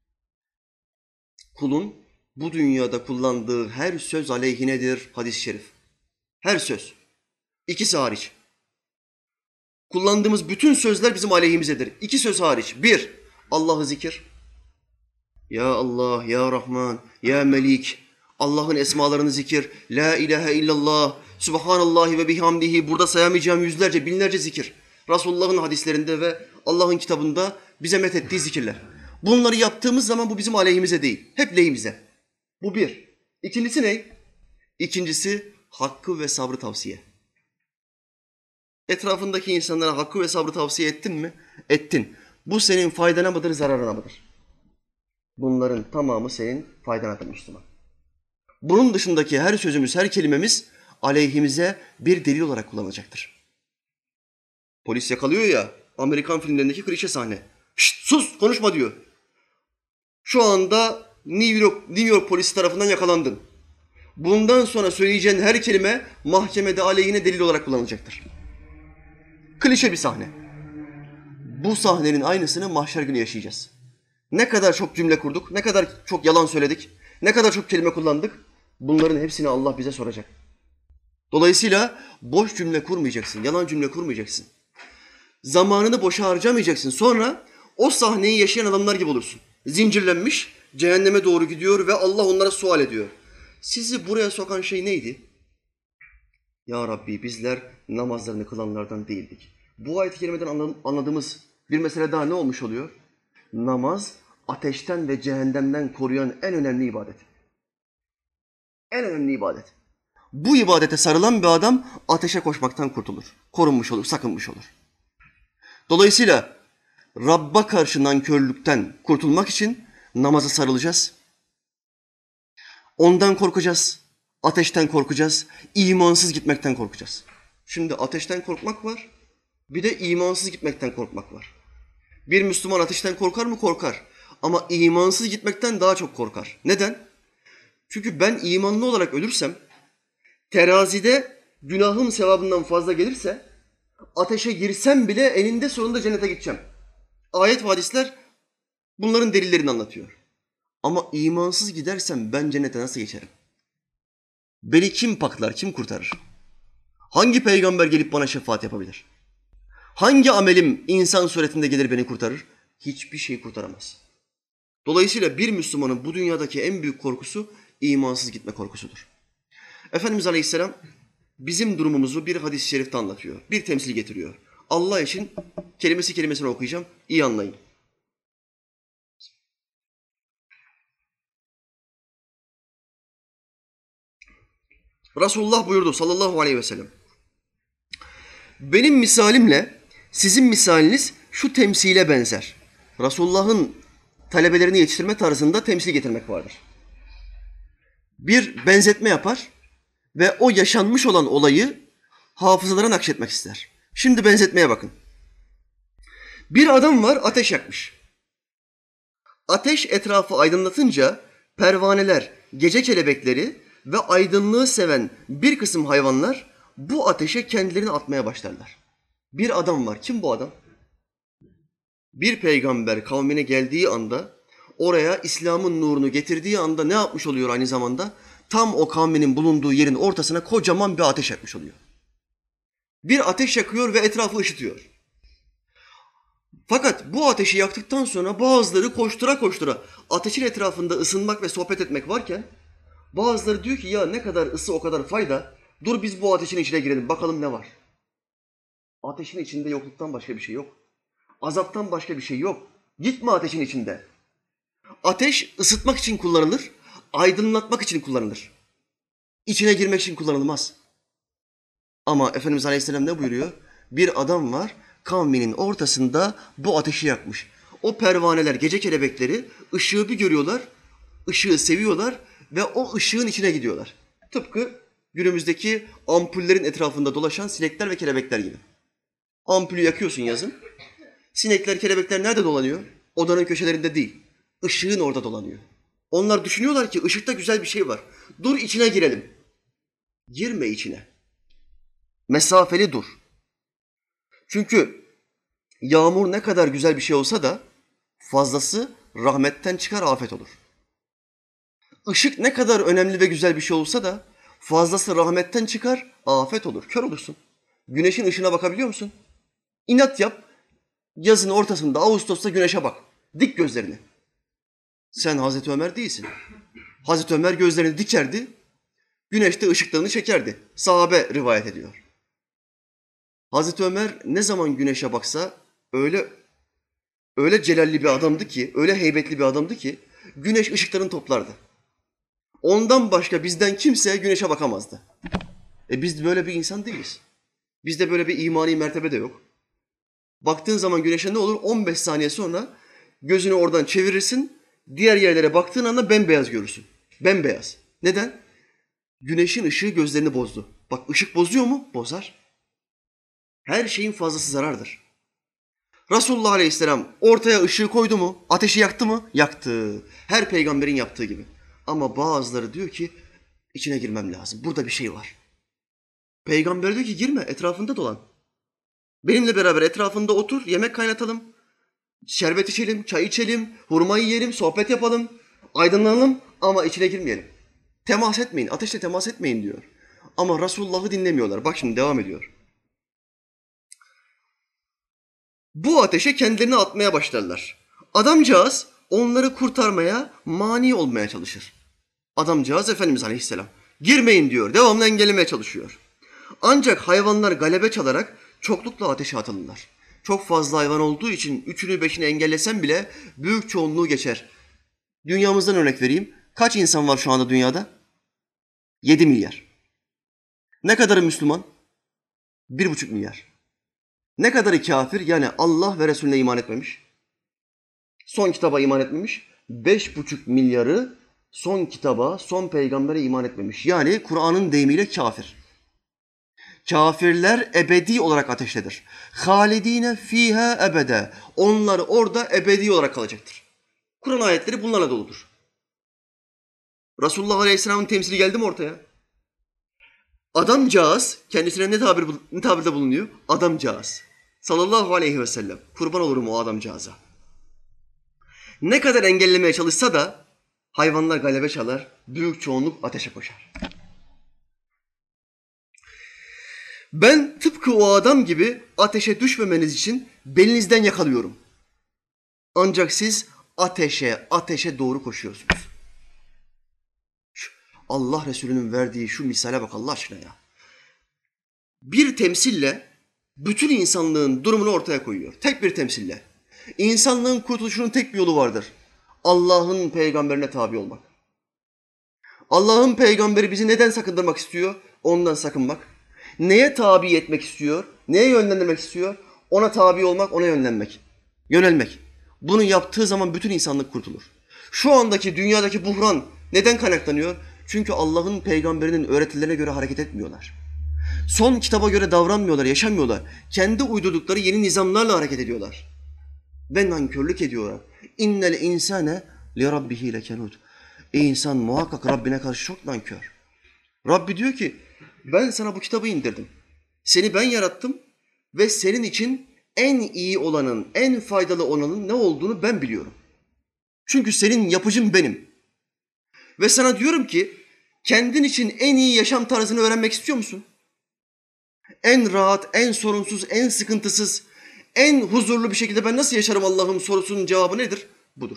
[SPEAKER 1] Kulun bu dünyada kullandığı her söz aleyhinedir hadis-i şerif. Her söz. İkisi hariç. Kullandığımız bütün sözler bizim aleyhimizedir. İki söz hariç. Bir, Allah'ı zikir. Ya Allah, Ya Rahman, Ya Melik. Allah'ın esmalarını zikir. La ilahe illallah, Subhanallahi ve bihamdihi. Burada sayamayacağım yüzlerce, binlerce zikir. Resulullah'ın hadislerinde ve Allah'ın kitabında bize methettiği zikirler. Bunları yaptığımız zaman bu bizim aleyhimize değil, hep lehimize. Bu bir. İkincisi ne? İkincisi hakkı ve sabrı tavsiye. Etrafındaki insanlara hakkı ve sabrı tavsiye ettin mi? Ettin. Bu senin faydana mıdır, zararına mıdır? Bunların tamamı senin faydanadır Müslüman. Bunun dışındaki her sözümüz, her kelimemiz aleyhimize bir delil olarak kullanılacaktır. Polis yakalıyor ya, Amerikan filmlerindeki klişe sahne. Şşt, sus, konuşma diyor. Şu anda New York polisi tarafından yakalandın. Bundan sonra söyleyeceğin her kelime mahkemede aleyhine delil olarak kullanılacaktır. Klişe bir sahne. Bu sahnenin aynısını mahşer günü yaşayacağız. Ne kadar çok cümle kurduk, ne kadar çok yalan söyledik, ne kadar çok kelime kullandık, bunların hepsini Allah bize soracak. Dolayısıyla boş cümle kurmayacaksın, yalan cümle kurmayacaksın. Zamanını boşa harcamayacaksın. Sonra o sahneyi yaşayan adamlar gibi olursun. Zincirlenmiş, cehenneme doğru gidiyor ve Allah onlara sual ediyor. Sizi buraya sokan şey neydi? Ya Rabbi bizler namazlarını kılanlardan değildik. Bu ayet-i kerimeden anladığımız bir mesele daha ne olmuş oluyor? Namaz ateşten ve cehennemden koruyan en önemli ibadet. En önemli ibadet. Bu ibadete sarılan bir adam ateşe koşmaktan kurtulur. Korunmuş olur, sakınmış olur. Dolayısıyla Rabb'a karşı nankörlükten kurtulmak için namaza sarılacağız. Ondan korkacağız, ateşten korkacağız, imansız gitmekten korkacağız. Şimdi ateşten korkmak var, bir de imansız gitmekten korkmak var. Bir Müslüman ateşten korkar mı? Korkar. Ama imansız gitmekten daha çok korkar. Neden? Çünkü ben imanlı olarak ölürsem, terazide günahım sevabından fazla gelirse, ateşe girsem bile eninde sonunda cennete gideceğim. Ayet ve hadisler bunların delillerini anlatıyor. Ama imansız gidersem ben cennete nasıl geçerim? Beni kim paklar, kim kurtarır? Hangi peygamber gelip bana şefaat yapabilir? Hangi amelim insan suretinde gelir beni kurtarır? Hiçbir şey kurtaramaz. Dolayısıyla bir Müslümanın bu dünyadaki en büyük korkusu imansız gitme korkusudur. Efendimiz Aleyhisselam bizim durumumuzu bir hadis-i şerifte anlatıyor. Bir temsil getiriyor. Allah için kelimesi kelimesine okuyacağım. İyi anlayın. Resulullah buyurdu sallallahu aleyhi ve sellem. Benim misalimle sizin misaliniz şu temsile benzer. Resulullah'ın talebelerini yetiştirme tarzında temsil getirmek vardır. Bir benzetme yapar ve o yaşanmış olan olayı hafızalara nakşetmek ister. Şimdi benzetmeye bakın. Bir adam var, ateş yakmış. Ateş etrafı aydınlatınca pervaneler, gece kelebekleri ve aydınlığı seven bir kısım hayvanlar bu ateşe kendilerini atmaya başlarlar. Bir adam var. Kim bu adam? Bir peygamber kavmine geldiği anda, oraya İslam'ın nurunu getirdiği anda ne yapmış oluyor aynı zamanda? Tam o kavminin bulunduğu yerin ortasına kocaman bir ateş yakmış oluyor. Bir ateş yakıyor ve etrafı ışıtıyor. Fakat bu ateşi yaktıktan sonra bazıları koştura koştura ateşin etrafında ısınmak ve sohbet etmek varken bazıları diyor ki ya ne kadar ısı o kadar fayda, dur biz bu ateşin içine girelim bakalım ne var. Ateşin içinde yokluktan başka bir şey yok. Azaptan başka bir şey yok. Gitme ateşin içinde. Ateş ısıtmak için kullanılır, aydınlatmak için kullanılır. İçine girmek için kullanılmaz. Ama Efendimiz Aleyhisselam ne buyuruyor? Bir adam var, kavminin ortasında bu ateşi yakmış. O pervaneler, gece kelebekleri ışığı bir görüyorlar, ışığı seviyorlar ve o ışığın içine gidiyorlar. Tıpkı günümüzdeki ampullerin etrafında dolaşan sinekler ve kelebekler gibi. Ampulü yakıyorsun yazın. Sinekler, kelebekler nerede dolanıyor? Odanın köşelerinde değil. Işığın orada dolanıyor. Onlar düşünüyorlar ki ışıkta güzel bir şey var. Dur içine girelim. Girme içine. Mesafeli dur. Çünkü yağmur ne kadar güzel bir şey olsa da fazlası rahmetten çıkar, afet olur. Işık ne kadar önemli ve güzel bir şey olsa da fazlası rahmetten çıkar, afet olur. Kör olursun. Güneşin ışığına bakabiliyor musun? İnat yap. Yazın ortasında Ağustos'ta güneşe bak. Dik gözlerini. Sen Hazreti Ömer değilsin. Hazreti Ömer gözlerini dikerdi. Güneşte ışıklarını çekerdi. Sahabe rivayet ediyor. Hazreti Ömer ne zaman güneşe baksa öyle celalli bir adamdı ki, öyle heybetli bir adamdı ki güneş ışıklarını toplardı. Ondan başka bizden kimse güneşe bakamazdı. Biz böyle bir insan değiliz. Bizde böyle bir imani mertebe de yok. Baktığın zaman güneşe ne olur? 15 saniye sonra gözünü oradan çevirirsin, diğer yerlere baktığın anda bembeyaz görürsün. Bembeyaz. Neden? Güneşin ışığı gözlerini bozdu. Bak ışık bozuyor mu? Bozar. Her şeyin fazlası zarardır. Resulullah Aleyhisselam ortaya ışığı koydu mu? Ateşi yaktı mı? Yaktı. Her peygamberin yaptığı gibi. Ama bazıları diyor ki içine girmem lazım. Burada bir şey var. Peygamber diyor ki girme, etrafında dolan. Benimle beraber etrafında otur, yemek kaynatalım. Şerbet içelim, çay içelim, hurmayı yiyelim, sohbet yapalım. Aydınlanalım ama içine girmeyelim. Temas etmeyin, ateşle temas etmeyin diyor. Ama Resulullah'ı dinlemiyorlar. Bak şimdi devam ediyor. Bu ateşe kendilerini atmaya başlarlar. Adamcağız onları kurtarmaya, mani olmaya çalışır. Adamcağız Efendimiz Aleyhisselam. Girmeyin diyor, devamlı engellemeye çalışıyor. Ancak hayvanlar galebe çalarak çoklukla ateşe atılırlar. Çok fazla hayvan olduğu için üçünü beşini engellesen bile büyük çoğunluğu geçer. Dünyamızdan örnek vereyim. Kaç insan var şu anda dünyada? 7 milyar. Ne kadarı Müslüman? 1,5 milyar. Ne kadarı kafir? Yani Allah ve Resulüne iman etmemiş. Son kitaba iman etmemiş. 5,5 milyarı son kitaba, son peygambere iman etmemiş. Yani Kur'an'ın deyimiyle kafir. Kafirler ebedi olarak ateştedir. Halidine fiha ebede. Onlar orada ebedi olarak kalacaktır. Kur'an ayetleri bunlarla doludur. Resulullah Aleyhisselam'ın temsili geldi mi ortaya? Adamcağız, kendisine ne tabirde bulunuyor? Adamcağız. Sallallahu aleyhi ve sellem. Kurban olurum o adamcağıza. Ne kadar engellemeye çalışsa da hayvanlar galebe çalar, büyük çoğunluk ateşe koşar. Ben tıpkı o adam gibi ateşe düşmemeniz için belinizden yakalıyorum. Ancak siz ateşe doğru koşuyorsunuz. Allah Resulü'nün verdiği şu misale bak Allah aşkına ya. Bir temsille bütün insanlığın durumunu ortaya koyuyor. Tek bir temsille. İnsanlığın kurtuluşunun tek bir yolu vardır. Allah'ın peygamberine tabi olmak. Allah'ın peygamberi bizi neden sakındırmak istiyor? Ondan sakınmak. Neye tabi etmek istiyor? Neye yönlendirmek istiyor? Ona tabi olmak, ona yönelmek. Bunu yaptığı zaman bütün insanlık kurtulur. Şu andaki dünyadaki buhran neden kaynaklanıyor? Çünkü Allah'ın peygamberinin öğretilerine göre hareket etmiyorlar. Son kitaba göre davranmıyorlar, yaşamıyorlar. Kendi uydurdukları yeni nizamlarla hareket ediyorlar. Ve nankörlük ediyorlar. İnnel insane li rabbihi lekenud. İnsan muhakkak Rabbine karşı çok nankör. Rabbi diyor ki ben sana bu kitabı indirdim. Seni ben yarattım ve senin için en iyi olanın, en faydalı olanın ne olduğunu ben biliyorum. Çünkü senin yapıcın benim. Ve sana diyorum ki kendin için en iyi yaşam tarzını öğrenmek istiyor musun? En rahat, en sorunsuz, en sıkıntısız, en huzurlu bir şekilde ben nasıl yaşarım Allah'ım sorusunun cevabı nedir? Budur.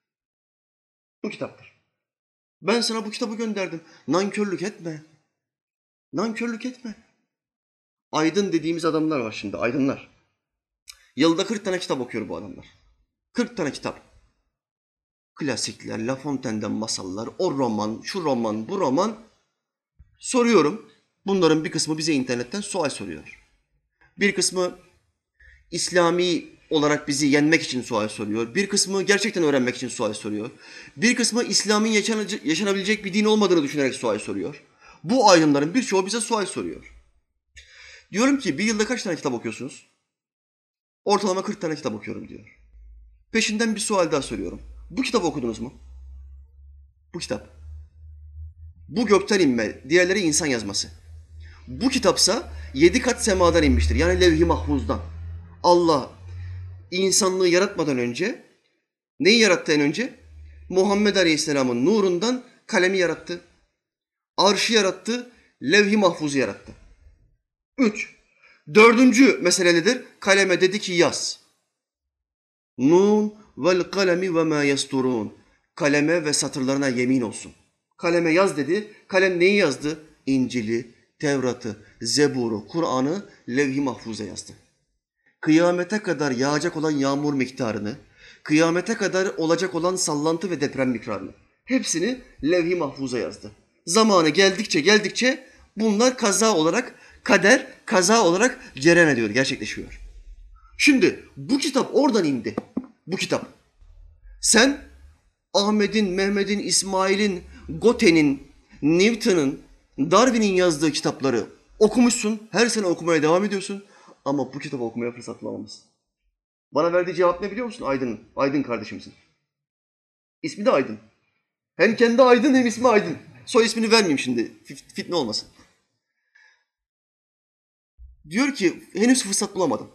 [SPEAKER 1] Bu kitaptır. Ben sana bu kitabı gönderdim. Nankörlük etme. Nankörlük etme. Aydın dediğimiz adamlar var şimdi, aydınlar. Yılda 40 tane kitap okuyor bu adamlar. 40 tane kitap. Klasikler, La Fontaine'den masallar, o roman, şu roman, bu roman. Soruyorum. Bunların bir kısmı bize internetten sual soruyor. Bir kısmı İslami olarak bizi yenmek için sual soruyor. Bir kısmı gerçekten öğrenmek için sual soruyor. Bir kısmı İslam'ın yaşanabilecek bir din olmadığını düşünerek sual soruyor. Bu aydınların birçoğu bize sual soruyor. Diyorum ki bir yılda kaç tane kitap okuyorsunuz? Ortalama 40 tane kitap okuyorum diyor. Peşinden bir sual daha soruyorum. Bu kitabı okudunuz mu? Bu kitap. Bu gökten inme, diğerleri insan yazması. Bu kitapsa 7 kat semadan inmiştir. Yani levh-i mahfuzdan. Allah insanlığı yaratmadan önce, neyi yarattı en önce? Muhammed Aleyhisselam'ın nurundan kalemi yarattı. Arşı yarattı, levh-i mahfuzu yarattı. 3. Dördüncü mesele nedir? Kaleme dedi ki yaz. Nun vel kalemi ve ma yasturun. Kaleme ve satırlarına yemin olsun. Kaleme yaz dedi. Kalem neyi yazdı? İncil'i, Tevrat'ı, Zebur'u, Kur'an'ı levh-i mahfuza yazdı. Kıyamete kadar yağacak olan yağmur miktarını, kıyamete kadar olacak olan sallantı ve deprem miktarını hepsini levh-i mahfuza yazdı. Zamanı geldikçe bunlar kaza olarak, kader kaza olarak cereyan ediyor, gerçekleşiyor. Şimdi bu kitap oradan indi. Bu kitap. Sen Ahmet'in, Mehmet'in, İsmail'in, Goethe'nin, Newton'un, Darwin'in yazdığı kitapları okumuşsun. Her sene okumaya devam ediyorsun. Ama bu kitabı okumaya fırsat bulamamışsın. Bana verdiği cevap ne biliyor musun? Aydın. Aydın kardeşimsin. İsmi de Aydın. Hem kendi Aydın hem ismi Aydın. Soy ismini vermeyeyim şimdi. Fitne olmasın. Diyor ki henüz fırsat bulamadım.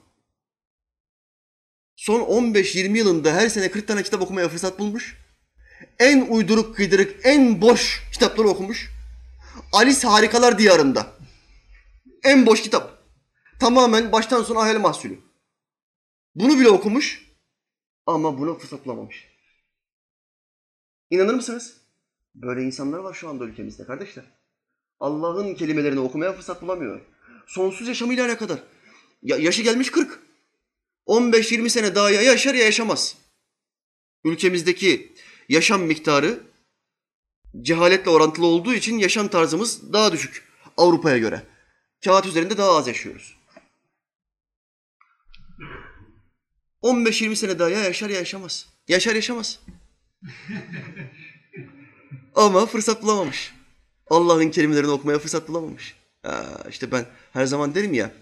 [SPEAKER 1] Son 15-20 yılında her sene 40 tane kitap okumaya fırsat bulmuş. En uyduruk kıydırık, en boş kitapları okumuş. Alice Harikalar Diyarında. En boş kitap. Tamamen baştan sona hayal mahsulü. Bunu bile okumuş ama buna fırsat bulamamış. İnanır mısınız? Böyle insanlar var şu anda ülkemizde kardeşler. Allah'ın kelimelerini okumaya fırsat bulamıyor. Sonsuz yaşamıyla alakadar. Yaşı gelmiş 40. 15-20 sene daha ya yaşar ya yaşamaz. Ülkemizdeki yaşam miktarı cehaletle orantılı olduğu için yaşam tarzımız daha düşük Avrupa'ya göre. Kağıt üzerinde daha az yaşıyoruz. 15-20 sene daha ya yaşar ya yaşamaz. Yaşar yaşamaz. Ama fırsat bulamamış. Allah'ın kelimelerini okumaya fırsat bulamamış. İşte ben her zaman derim ya,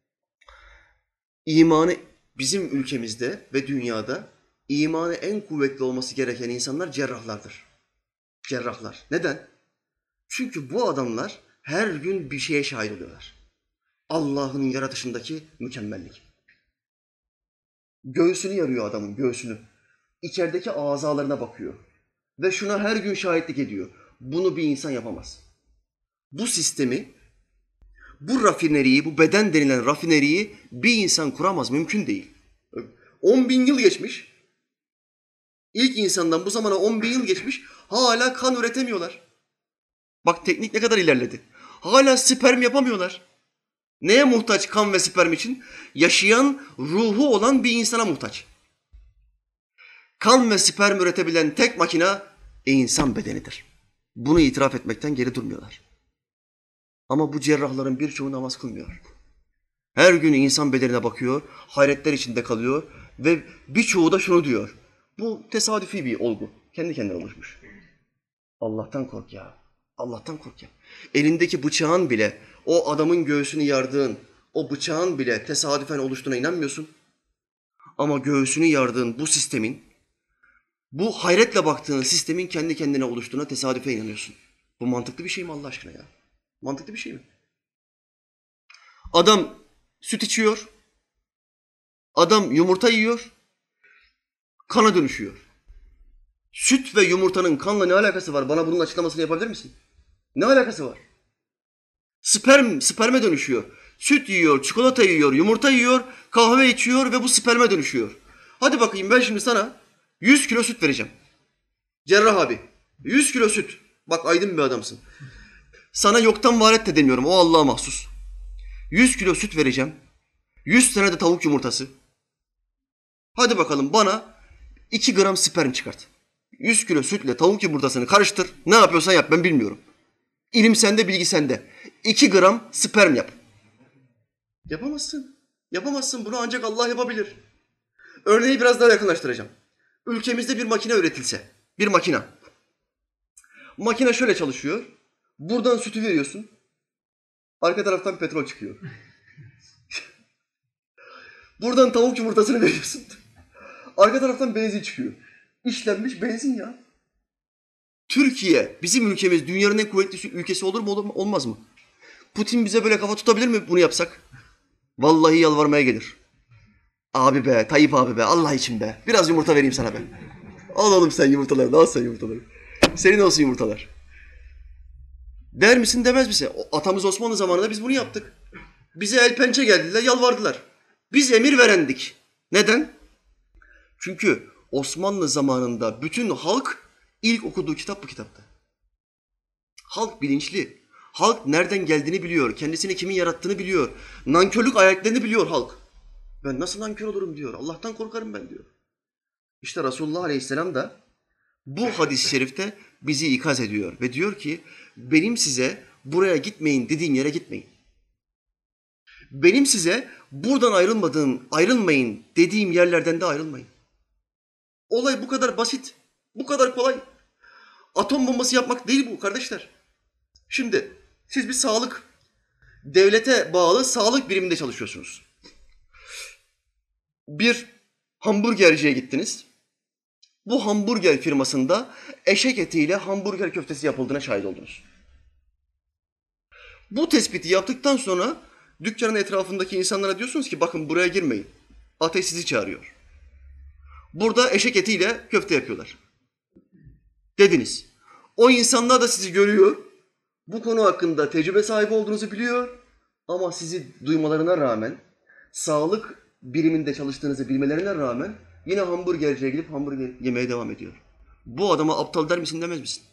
[SPEAKER 1] imanı bizim ülkemizde ve dünyada imanı en kuvvetli olması gereken insanlar cerrahlardır. Cerrahlar. Neden? Çünkü bu adamlar her gün bir şeye şahit oluyorlar. Allah'ın yaratışındaki mükemmellik. Göğsünü yarıyor adamın, göğsünü. İçerideki azalarına bakıyor. Ve şuna her gün şahitlik ediyor. Bunu bir insan yapamaz. Bu sistemi, bu rafineriyi, bu beden denilen rafineriyi bir insan kuramaz, mümkün değil. 10.000 yıl geçmiş. İlk insandan bu zamana 10.000 yıl geçmiş. Hala kan üretemiyorlar. Bak teknik ne kadar ilerledi. Hala sperm yapamıyorlar. Neye muhtaç kan ve sperm için? Yaşayan, ruhu olan bir insana muhtaç. Kan ve sperm üretebilen tek makina insan bedenidir. Bunu itiraf etmekten geri durmuyorlar. Ama bu cerrahların birçoğu namaz kılmıyor. Her gün insan bedenine bakıyor, hayretler içinde kalıyor ve birçoğu da şunu diyor. Bu tesadüfi bir olgu. Kendi kendine oluşmuş. Allah'tan kork ya. Allah'tan kork ya. Elindeki bıçağın bile, o adamın göğsünü yardığın, o bıçağın bile tesadüfen oluştuğuna inanmıyorsun. Ama göğsünü yardığın bu sistemin, bu hayretle baktığın sistemin kendi kendine oluştuğuna tesadüfe inanıyorsun. Bu mantıklı bir şey mi Allah aşkına ya? Mantıklı bir şey mi? Adam süt içiyor, adam yumurta yiyor, kana dönüşüyor. Süt ve yumurtanın kanla ne alakası var? Bana bunun açıklamasını yapabilir misin? Ne alakası var? Sperme dönüşüyor. Süt yiyor, çikolata yiyor, yumurta yiyor, kahve içiyor ve bu sperme dönüşüyor. Hadi bakayım ben şimdi sana 100 kilo süt vereceğim. Cerrah abi, 100 kilo süt. Bak aydın bir adamsın. Sana yoktan var et de demiyorum, o Allah'a mahsus. 100 kilo süt vereceğim. 100 tane de tavuk yumurtası. Hadi bakalım bana 2 gram sperm çıkart. 100 kilo sütle tavuk yumurtasını karıştır. Ne yapıyorsan yap, ben bilmiyorum. İlim sende, bilgi sende. 2 gram sperm yap. Yapamazsın. Yapamazsın. Bunu ancak Allah yapabilir. Örneği biraz daha yakınlaştıracağım. Ülkemizde bir makine üretilse. Bir makine. Makine şöyle çalışıyor. Buradan sütü veriyorsun. Arka taraftan petrol çıkıyor. Buradan tavuk yumurtasını veriyorsun. Arka taraftan benzin çıkıyor. İşlenmiş benzin ya. Türkiye, bizim ülkemiz dünyanın en kuvvetli ülkesi olur mu olmaz mı? Putin bize böyle kafa tutabilir mi bunu yapsak? Vallahi yalvarmaya gelir. Abi be, Tayyip abi be, Allah için be. Biraz yumurta vereyim sana be. Al oğlum sen yumurtaları, al sen yumurtaları. Senin olsun yumurtalar. Der misin demez misin? Atamız Osmanlı zamanında biz bunu yaptık. Bize el pençe geldiler, yalvardılar. Biz emir verendik. Neden? Çünkü Osmanlı zamanında bütün halk ilk okuduğu kitap bu kitaptı. Halk bilinçli. Halk nereden geldiğini biliyor. Kendisini kimin yarattığını biliyor. Nankörlük ayaklarını biliyor halk. Ben nasıl nankör olurum diyor. Allah'tan korkarım ben diyor. İşte Resulullah Aleyhisselam da bu hadis-i şerifte bizi ikaz ediyor. Ve diyor ki benim size buraya gitmeyin dediğim yere gitmeyin. Benim size buradan ayrılmayın dediğim yerlerden de ayrılmayın. Olay bu kadar basit. Bu kadar kolay. Atom bombası yapmak değil bu kardeşler. Şimdi siz bir devlete bağlı sağlık biriminde çalışıyorsunuz. Bir hamburgerciye gittiniz. Bu hamburger firmasında eşek etiyle hamburger köftesi yapıldığına şahit oldunuz. Bu tespiti yaptıktan sonra dükkanın etrafındaki insanlara diyorsunuz ki bakın buraya girmeyin. Ateş sizi çağırıyor. Burada eşek etiyle köfte yapıyorlar. Dediniz. O insanlar da sizi görüyor. Bu konu hakkında tecrübe sahibi olduğunuzu biliyor. Ama sizi duymalarına rağmen, sağlık biriminde çalıştığınızı bilmelerine rağmen yine hamburgerciye gidip hamburger yemeye devam ediyor. Bu adama aptal der misin demez misin?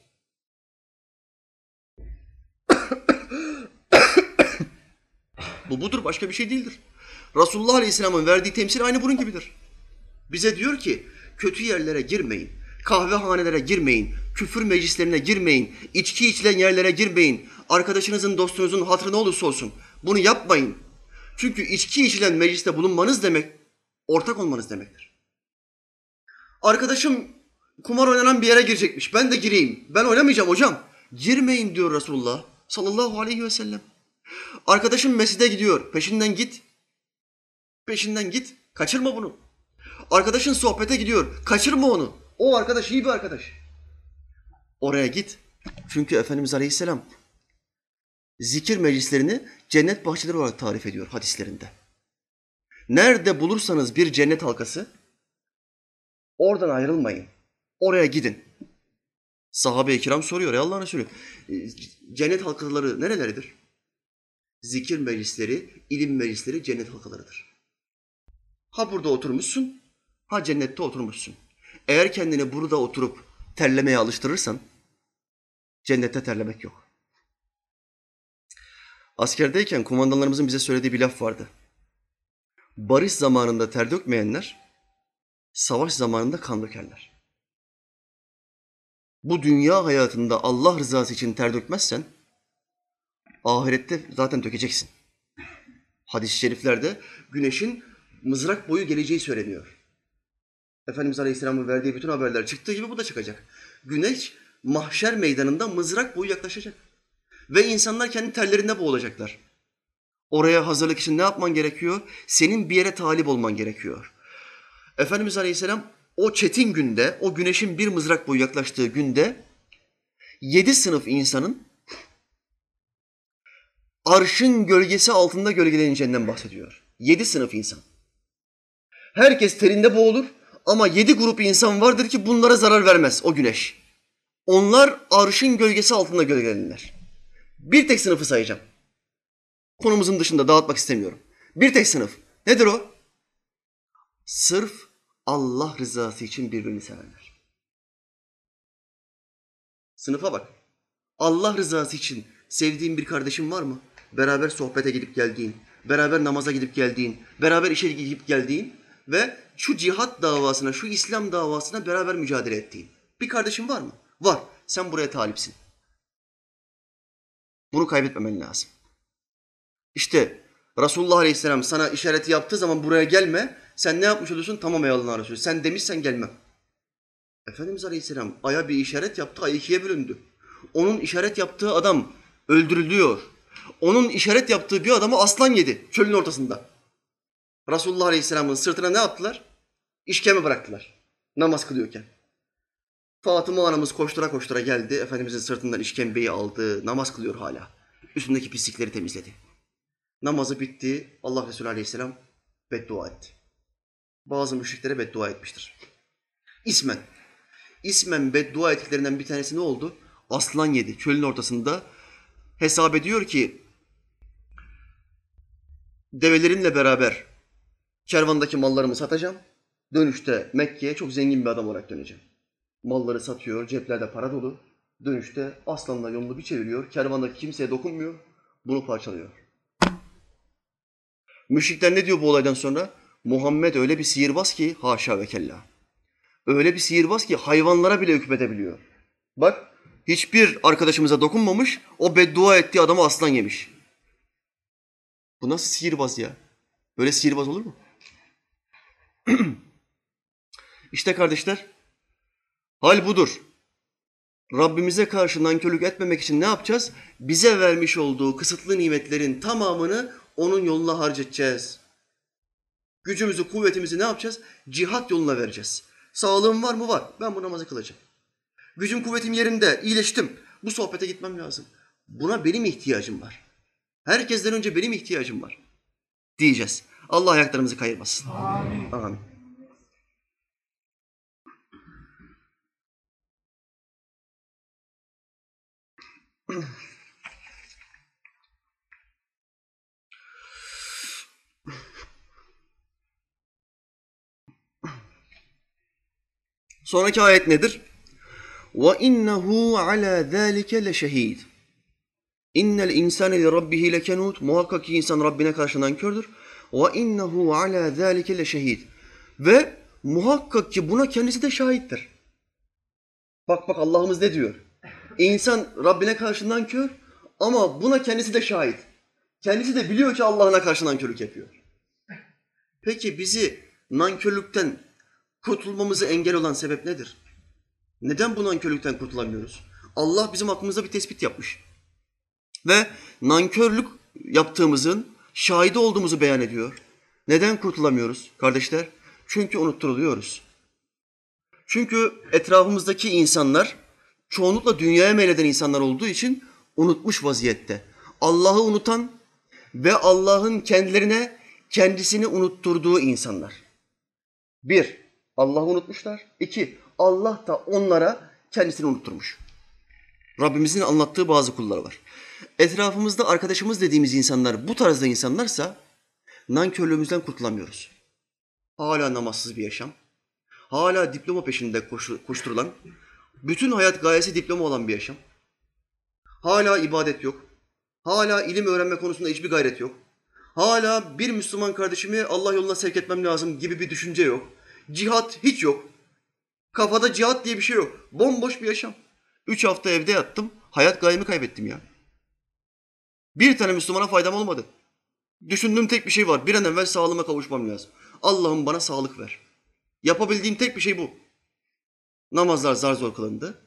[SPEAKER 1] Bu budur, başka bir şey değildir. Resulullah Aleyhisselam'ın verdiği temsil aynı bunun gibidir. Bize diyor ki kötü yerlere girmeyin, kahvehanelere girmeyin, küfür meclislerine girmeyin, içki içilen yerlere girmeyin, arkadaşınızın, dostunuzun hatırı ne olursa olsun bunu yapmayın. Çünkü içki içilen mecliste bulunmanız demek, ortak olmanız demektir. Arkadaşım kumar oynanan bir yere girecekmiş, ben de gireyim. Ben oynamayacağım hocam. Girmeyin diyor Resulullah sallallahu aleyhi ve sellem. Arkadaşım mescide gidiyor, peşinden git. Peşinden git, kaçırma bunu. Arkadaşın sohbete gidiyor, kaçırma onu. O arkadaş iyi bir arkadaş. Oraya git. Çünkü Efendimiz Aleyhisselam zikir meclislerini cennet bahçeleri olarak tarif ediyor hadislerinde. Nerede bulursanız bir cennet halkası, oradan ayrılmayın. Oraya gidin. Sahabe-i kiram soruyor, ey Allah'ın Resulü, cennet halkaları nereleridir? Zikir meclisleri, ilim meclisleri cennet halkalarıdır. Ha burada oturmuşsun, ha cennette oturmuşsun. Eğer kendini burada oturup terlemeye alıştırırsan, cennette terlemek yok. Askerdeyken kumandanlarımızın bize söylediği bir laf vardı. Barış zamanında ter dökmeyenler, savaş zamanında kan dökerler. bu dünya hayatında Allah rızası için ter dökmezsen, ahirette zaten dökeceksin. Hadis-i şeriflerde güneşin mızrak boyu geleceği söyleniyor. Efendimiz Aleyhisselam'ın verdiği bütün haberler çıktığı gibi bu da çıkacak. Güneş mahşer meydanında mızrak boyu yaklaşacak. Ve insanlar kendi terlerinde boğulacaklar. Oraya hazırlık için ne yapman gerekiyor? Senin bir yere talip olman gerekiyor. Efendimiz Aleyhisselam o çetin günde, o güneşin bir mızrak boyu yaklaştığı günde 7 sınıf insanın arşın gölgesi altında gölgeleneceğinden bahsediyor. 7 sınıf insan. Herkes terinde boğulur ama 7 grup insan vardır ki bunlara zarar vermez o güneş. Onlar arşın gölgesi altında gölgelenirler. Bir tek sınıfı sayacağım. Konumuzun dışında dağıtmak istemiyorum. Bir tek sınıf. Nedir o? Sırf Allah rızası için birbirini severler. Sınıfa bak. Allah rızası için sevdiğin bir kardeşin var mı? Beraber sohbete gidip geldiğin, beraber namaza gidip geldiğin, beraber işe gidip geldiğin ve şu cihat davasına, şu İslam davasına beraber mücadele ettiğin bir kardeşin var mı? Var. Sen buraya talipsin. Bunu kaybetmemen lazım. İşte Resulullah Aleyhisselam sana işareti yaptığı zaman buraya gelme. Sen ne yapmış oluyorsun? Tamam ey Allah'ın Resulü. Sen demişsen gelmem. Efendimiz Aleyhisselam aya bir işaret yaptı, ay ikiye bölündü. Onun işaret yaptığı adam öldürülüyor. Onun işaret yaptığı bir adamı aslan yedi çölün ortasında. Resulullah Aleyhisselam'ın sırtına ne yaptılar? İşkembe bıraktılar namaz kılıyorken. Fatıma anamız koştura koştura geldi. Efendimizin sırtından işkembeyi aldı. Namaz kılıyor hala. Üstündeki pislikleri temizledi. Namazı bitti. Allah Resulü Aleyhisselam beddua etti. Bazı müşriklere beddua etmiştir. İsmen beddua ettiklerinden bir tanesi ne oldu? Aslan yedi. Çölün ortasında hesap ediyor ki develerimle beraber kervandaki mallarımı satacağım. Dönüşte Mekke'ye çok zengin bir adam olarak döneceğim. Malları satıyor, ceplerde para dolu. Dönüşte aslanla yolunu bir çeviriyor. Kervandaki kimseye dokunmuyor. Bunu parçalıyor. Müşrikler ne diyor bu olaydan sonra? Muhammed öyle bir sihirbaz ki haşa ve kella. Öyle bir sihirbaz ki hayvanlara bile hükmedebiliyor. Bak hiçbir arkadaşımıza dokunmamış, o beddua ettiği adamı aslan yemiş. Bu nasıl sihirbaz ya? Böyle sihirbaz olur mu? İşte kardeşler, hal budur. Rabbimize karşı nankörlük etmemek için ne yapacağız? Bize vermiş olduğu kısıtlı nimetlerin tamamını onun yoluna harcayacağız. Gücümüzü, kuvvetimizi ne yapacağız? Cihat yoluna vereceğiz. Sağlığım var mı? Var. Ben bu namazı kılacağım. Gücüm, kuvvetim yerinde, iyileştim. Bu sohbete gitmem lazım. Buna benim ihtiyacım var. Herkesten önce benim ihtiyacım var. Diyeceğiz. Allah ayaklarımızı kayırmasın. Amin. Amin. Sonraki ayet nedir? وَاِنَّهُ عَلَى ذَٰلِكَ لَشَه۪يدٌ اِنَّ الْاِنْسَانِ لِرَبِّهِ لَكَنُودٌ Muhakkak ki insan Rabbine karşı nankördür. وَاِنَّهُ عَلَى ذَٰلِكَ لَشَه۪يدٌ Ve muhakkak ki buna kendisi de şahittir. Bak Allah'ımız ne diyor? İnsan Rabbine karşı nankör ama buna kendisi de şahit. Kendisi de biliyor ki Allah'ına karşı nankörlük yapıyor. Peki bizi nankörlükten kurtulmamızı engel olan sebep nedir? Neden bu nankörlükten kurtulamıyoruz? Allah bizim aklımızda bir tespit yapmış. Ve nankörlük yaptığımızın şahidi olduğumuzu beyan ediyor. Neden kurtulamıyoruz kardeşler? Çünkü unutturuluyoruz. Çünkü etrafımızdaki insanlar çoğunlukla dünyaya meyleden insanlar olduğu için unutmuş vaziyette. Allah'ı unutan ve Allah'ın kendilerine kendisini unutturduğu insanlar. 1. Allah'ı unutmuşlar. 2. Allah da onlara kendisini unutturmuş. Rabbimizin anlattığı bazı kullar var. Etrafımızda arkadaşımız dediğimiz insanlar bu tarzda insanlarsa nankörlüğümüzden kurtulamıyoruz. Hala namazsız bir yaşam, hala diploma peşinde koşturulan, bütün hayat gayesi diploma olan bir yaşam, hala ibadet yok, hala ilim öğrenme konusunda hiçbir gayret yok, hala bir Müslüman kardeşimi Allah yoluna sevk etmem lazım gibi bir düşünce yok, cihat hiç yok, kafada cihat diye bir şey yok, bomboş bir yaşam. 3 hafta evde yattım. Hayat gayemi kaybettim ya. Bir tane Müslümana faydam olmadı. Düşündüğüm tek bir şey var. Bir an evvel sağlığıma kavuşmam lazım. Allah'ım bana sağlık ver. Yapabildiğim tek bir şey bu. Namazlar zar zor kılındı.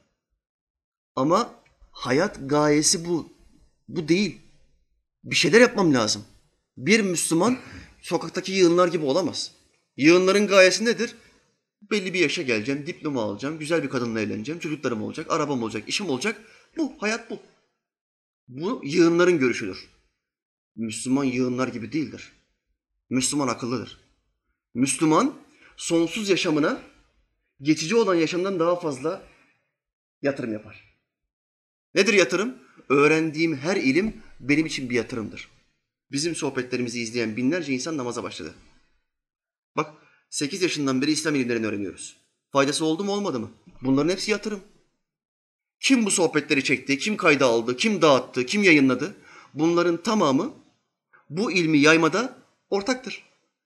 [SPEAKER 1] Ama hayat gayesi bu. Bu değil. Bir şeyler yapmam lazım. Bir Müslüman sokaktaki yığınlar gibi olamaz. Yığınların gayesi nedir? Belli bir yaşa geleceğim, diploma alacağım, güzel bir kadınla evleneceğim, çocuklarım olacak, arabam olacak, işim olacak. Bu, hayat bu. Bu yığınların görüşüdür. Müslüman yığınlar gibi değildir. Müslüman akıllıdır. Müslüman sonsuz yaşamına geçici olan yaşamdan daha fazla yatırım yapar. Nedir yatırım? Öğrendiğim her ilim benim için bir yatırımdır. Bizim sohbetlerimizi izleyen binlerce insan namaza başladı. Bak 8 yaşından beri İslam ilimlerini öğreniyoruz. Faydası oldu mu olmadı mı? Bunların hepsi yatırım. Kim bu sohbetleri çekti, kim kayda aldı, kim dağıttı, kim yayınladı? Bunların tamamı bu ilmi yaymada ortaktır.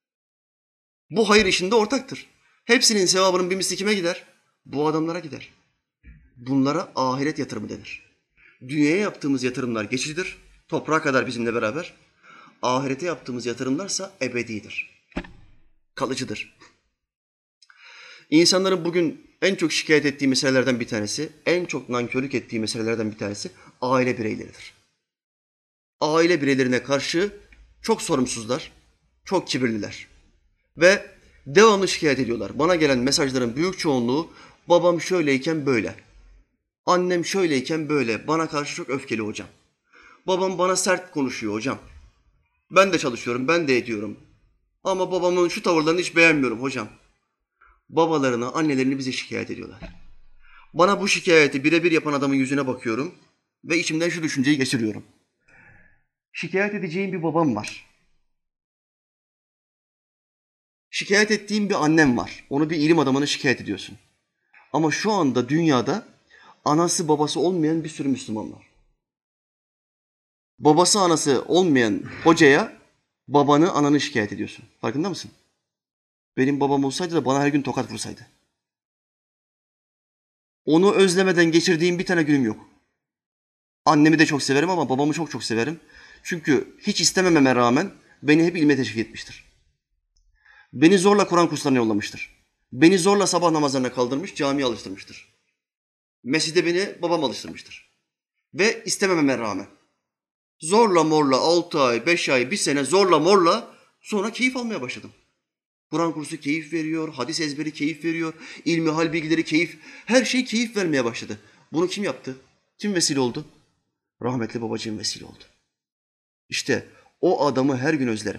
[SPEAKER 1] Bu hayır işinde ortaktır. Hepsinin sevabının bir misli kime gider? Bu adamlara gider. Bunlara ahiret yatırımı denir. Dünyaya yaptığımız yatırımlar geçicidir. Toprağa kadar bizimle beraber. Ahirete yaptığımız yatırımlarsa ebedidir. Kalıcıdır. İnsanların bugün en çok şikayet ettiği meselelerden bir tanesi, en çok nankörlük ettiği meselelerden bir tanesi aile bireyleridir. Aile bireylerine karşı çok sorumsuzlar, çok kibirliler ve devamlı şikayet ediyorlar. Bana gelen mesajların büyük çoğunluğu babam şöyleyken böyle, annem şöyleyken böyle, bana karşı çok öfkeli hocam. Babam bana sert konuşuyor hocam. Ben de çalışıyorum, ben de ediyorum. Ama babamın şu tavırlarını hiç beğenmiyorum hocam. Babalarını, annelerini bize şikayet ediyorlar. Bana bu şikayeti birebir yapan adamın yüzüne bakıyorum ve içimden şu düşünceyi geçiriyorum. Şikayet edeceğim bir babam var. Şikayet ettiğim bir annem var. Onu bir ilim adamına şikayet ediyorsun. Ama şu anda dünyada anası babası olmayan bir sürü Müslüman var. Babası anası olmayan hocaya babanı ananı şikayet ediyorsun. Farkında mısın? Benim babam olsaydı da bana her gün tokat vursaydı. Onu özlemeden geçirdiğim bir tane günüm yok. Annemi de çok severim ama babamı çok çok severim. Çünkü hiç istemememe rağmen beni hep ilme teşvik etmiştir. Beni zorla Kur'an kurslarına yollamıştır. Beni zorla sabah namazlarına kaldırmış, camiye alıştırmıştır. Mescide beni babam alıştırmıştır. Ve istemememe rağmen. Zorla morla 6 ay, 5 ay, 1 sene zorla morla sonra keyif almaya başladım. Kur'an kursu keyif veriyor, hadis ezberi keyif veriyor, ilmihal bilgileri keyif, her şey keyif vermeye başladı. Bunu kim yaptı? Kim vesile oldu? Rahmetli babacığım vesile oldu. İşte o adamı her gün özlerim.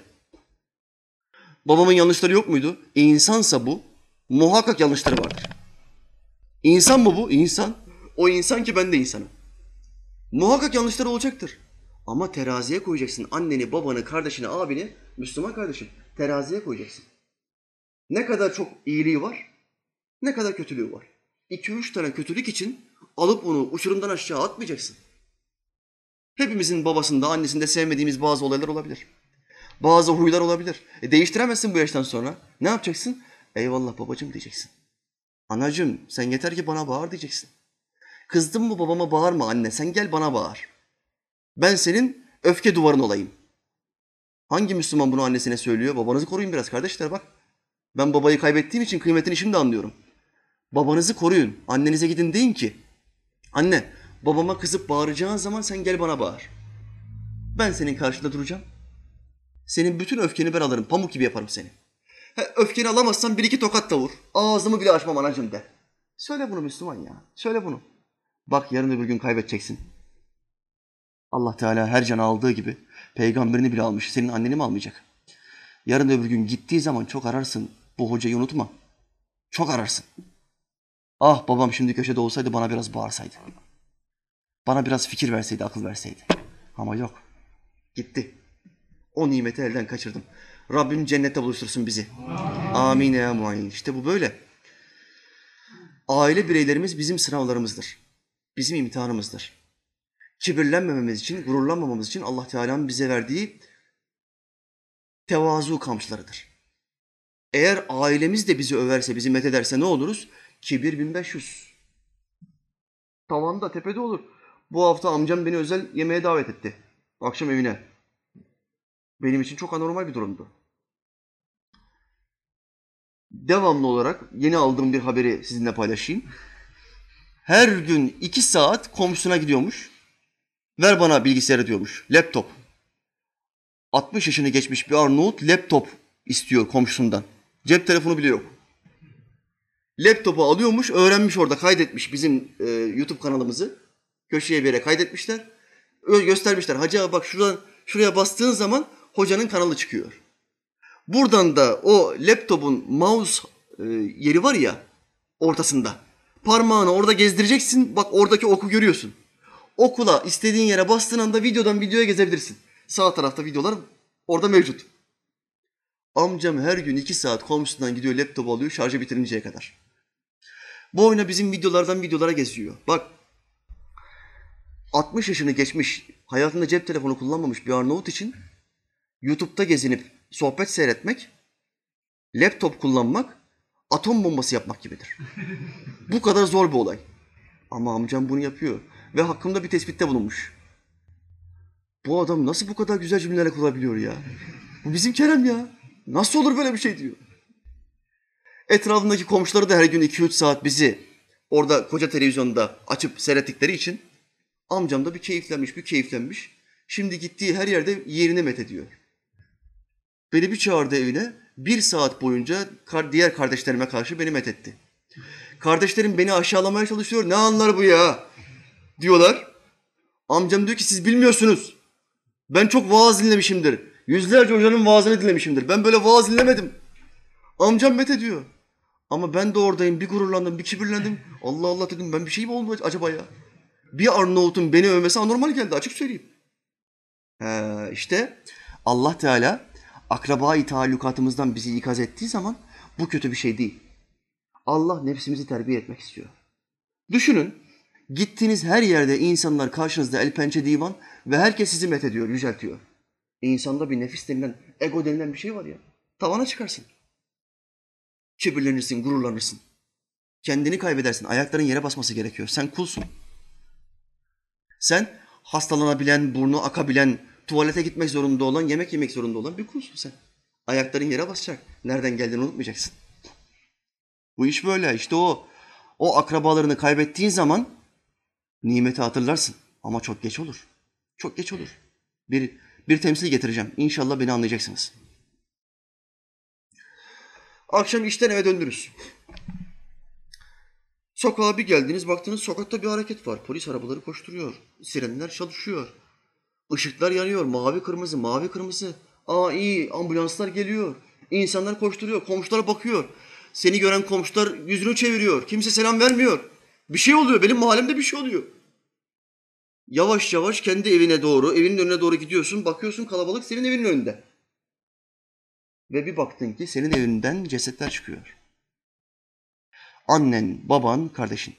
[SPEAKER 1] Babamın yanlışları yok muydu? İnsansa bu, muhakkak yanlışları vardır. İnsan mı bu? İnsan. O insan ki ben de insanım. Muhakkak yanlışları olacaktır. Ama teraziye koyacaksın anneni, babanı, kardeşini, abini, Müslüman kardeşim, teraziye koyacaksın. Ne kadar çok iyiliği var, ne kadar kötülüğü var. 2-3 tane kötülük için alıp onu uçurumdan aşağı atmayacaksın. Hepimizin babasında, annesinde sevmediğimiz bazı olaylar olabilir. Bazı huylar olabilir. Değiştiremezsin bu yaştan sonra. Ne yapacaksın? Eyvallah babacığım diyeceksin. Anacığım sen yeter ki bana bağır diyeceksin. Kızdın mı babama bağırma anne, sen gel bana bağır. Ben senin öfke duvarın olayım. Hangi Müslüman bunu annesine söylüyor? Babanızı koruyun biraz kardeşler bak. Ben babayı kaybettiğim için kıymetini şimdi anlıyorum. Babanızı koruyun. Annenize gidin deyin ki, anne babama kızıp bağıracağın zaman sen gel bana bağır. Ben senin karşında duracağım. Senin bütün öfkeni ben alırım. Pamuk gibi yaparım seni. Öfkeni alamazsan 1-2 tokat da vur. Ağzımı bile açmam anacığım de. Söyle bunu Müslüman ya. Söyle bunu. Bak yarın öbür gün kaybedeceksin. Allah Teala her canı aldığı gibi peygamberini bile almış. Senin anneni mi almayacak? Yarın öbür gün gittiği zaman çok ararsın. Bu hocayı unutma. Çok ararsın. Ah babam şimdi köşede olsaydı bana biraz bağırsaydı. Bana biraz fikir verseydi, akıl verseydi. Ama yok. Gitti. O nimeti elden kaçırdım. Rabbim cennette buluştursun bizi. Amin ya muayyin. İşte bu böyle. Aile bireylerimiz bizim sınavlarımızdır. Bizim imtihanımızdır. Kibirlenmememiz için, gururlanmamamız için Allah Teala'nın bize verdiği tevazu kamçılarıdır. Eğer ailemiz de bizi överse, bizi methederse ne oluruz? Kibir 1500. Tavanda, tepede olur. Bu hafta amcam beni özel yemeğe davet etti. Akşam evine. Benim için çok anormal bir durumdu. Devamlı olarak yeni aldığım bir haberi sizinle paylaşayım. Her gün 2 saat komşusuna gidiyormuş. Ver bana bilgisayarı diyormuş. Laptop. 60 yaşını geçmiş bir Arnavut laptop istiyor komşusundan. Cep telefonu bile yok. Laptopu alıyormuş, öğrenmiş orada, kaydetmiş bizim YouTube kanalımızı. Köşeye bir yere kaydetmişler. Göstermişler. Hacı abi bak şuraya bastığın zaman hocanın kanalı çıkıyor. Buradan da o laptopun mouse yeri var ya ortasında. Parmağını orada gezdireceksin. Bak oradaki oku görüyorsun. Okula istediğin yere bastığın anda videodan videoya gezebilirsin. Sağ tarafta videolar orada mevcut. Amcam her gün 2 saat komşusundan gidiyor, laptopu alıyor şarjı bitirinceye kadar. Bu oyuna bizim videolardan videolara geziyor. Bak 60 yaşını geçmiş, hayatında cep telefonu kullanmamış bir Arnavut için YouTube'da gezinip sohbet seyretmek, laptop kullanmak, atom bombası yapmak gibidir. Bu kadar zor bir olay. Ama amcam bunu yapıyor ve hakkımda bir tespitte bulunmuş. Bu adam nasıl bu kadar güzel cümleler kurabiliyor ya? Bu bizim Kerem ya. Nasıl olur böyle bir şey diyor. Etrafındaki komşuları da her gün 2-3 saat bizi orada koca televizyonda açıp seyrettikleri için amcam da bir keyiflenmiş. Şimdi gittiği her yerde yerini methediyor. Beni bir çağırdı evine, 1 saat boyunca diğer kardeşlerime karşı beni methetti. Kardeşlerim beni aşağılamaya çalışıyor, ne anlar bu ya diyorlar. Amcam diyor ki siz bilmiyorsunuz. Ben çok vaaz dinlemişimdir. Yüzlerce hocanın vaazını dinlemişimdir. Ben böyle vaaz dinlemedim. Amcam methediyor. Ama ben de oradayım, bir gururlandım, bir kibirlendim. Allah Allah dedim, ben bir şey mi oldu acaba ya? Bir Arnavut'un beni övmesi anormal geldi, açık söyleyeyim. İşte Allah Teala akraba-i taallukatımızdan bizi ikaz ettiği zaman bu kötü bir şey değil. Allah nefsimizi terbiye etmek istiyor. Düşünün, gittiğiniz her yerde insanlar karşınızda el pençe divan ve herkes sizi methediyor, yüceltiyor. İnsanda bir nefis denilen, ego denilen bir şey var ya, tavana çıkarsın. Kibirlenirsin, gururlanırsın. Kendini kaybedersin, ayakların yere basması gerekiyor. Sen kulsun. Sen hastalanabilen, burnu akabilen, tuvalete gitmek zorunda olan, yemek yemek zorunda olan bir kulsun sen. Ayakların yere basacak. Nereden geldiğini unutmayacaksın. Bu iş böyle. İşte o akrabalarını kaybettiğin zaman nimeti hatırlarsın. Ama çok geç olur. Çok geç olur. Bir temsil getireceğim. İnşallah beni anlayacaksınız. Akşam işten eve döndünüz. Sokağa bir geldiniz, baktınız sokakta bir hareket var. Polis arabaları koşturuyor. Sirenler çalışıyor. Işıklar yanıyor. Mavi kırmızı, mavi kırmızı. İyi, ambulanslar geliyor. İnsanlar koşturuyor. Komşular bakıyor. Seni gören komşular yüzünü çeviriyor. Kimse selam vermiyor. Bir şey oluyor. Benim mahallemde bir şey oluyor. Yavaş yavaş kendi evine doğru, evinin önüne doğru gidiyorsun. Bakıyorsun kalabalık senin evinin önünde. Ve bir baktın ki senin evinden cesetler çıkıyor. Annen, baban, kardeşin.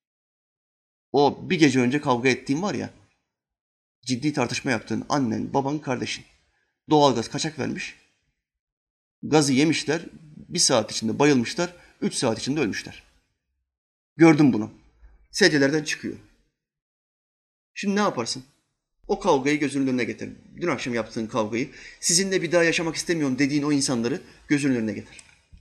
[SPEAKER 1] O bir gece önce kavga ettiğin var ya, ciddi tartışma yaptığın annen, baban, kardeşin. Doğalgaz kaçak vermiş. Gazı yemişler, 1 saat içinde bayılmışlar, 3 saat içinde ölmüşler. Gördüm bunu. Sedyelerden çıkıyor. Şimdi ne yaparsın? O kavgayı gözünün önüne getir. Dün akşam yaptığın kavgayı, sizinle bir daha yaşamak istemiyorum dediğin o insanları gözünün önüne getir.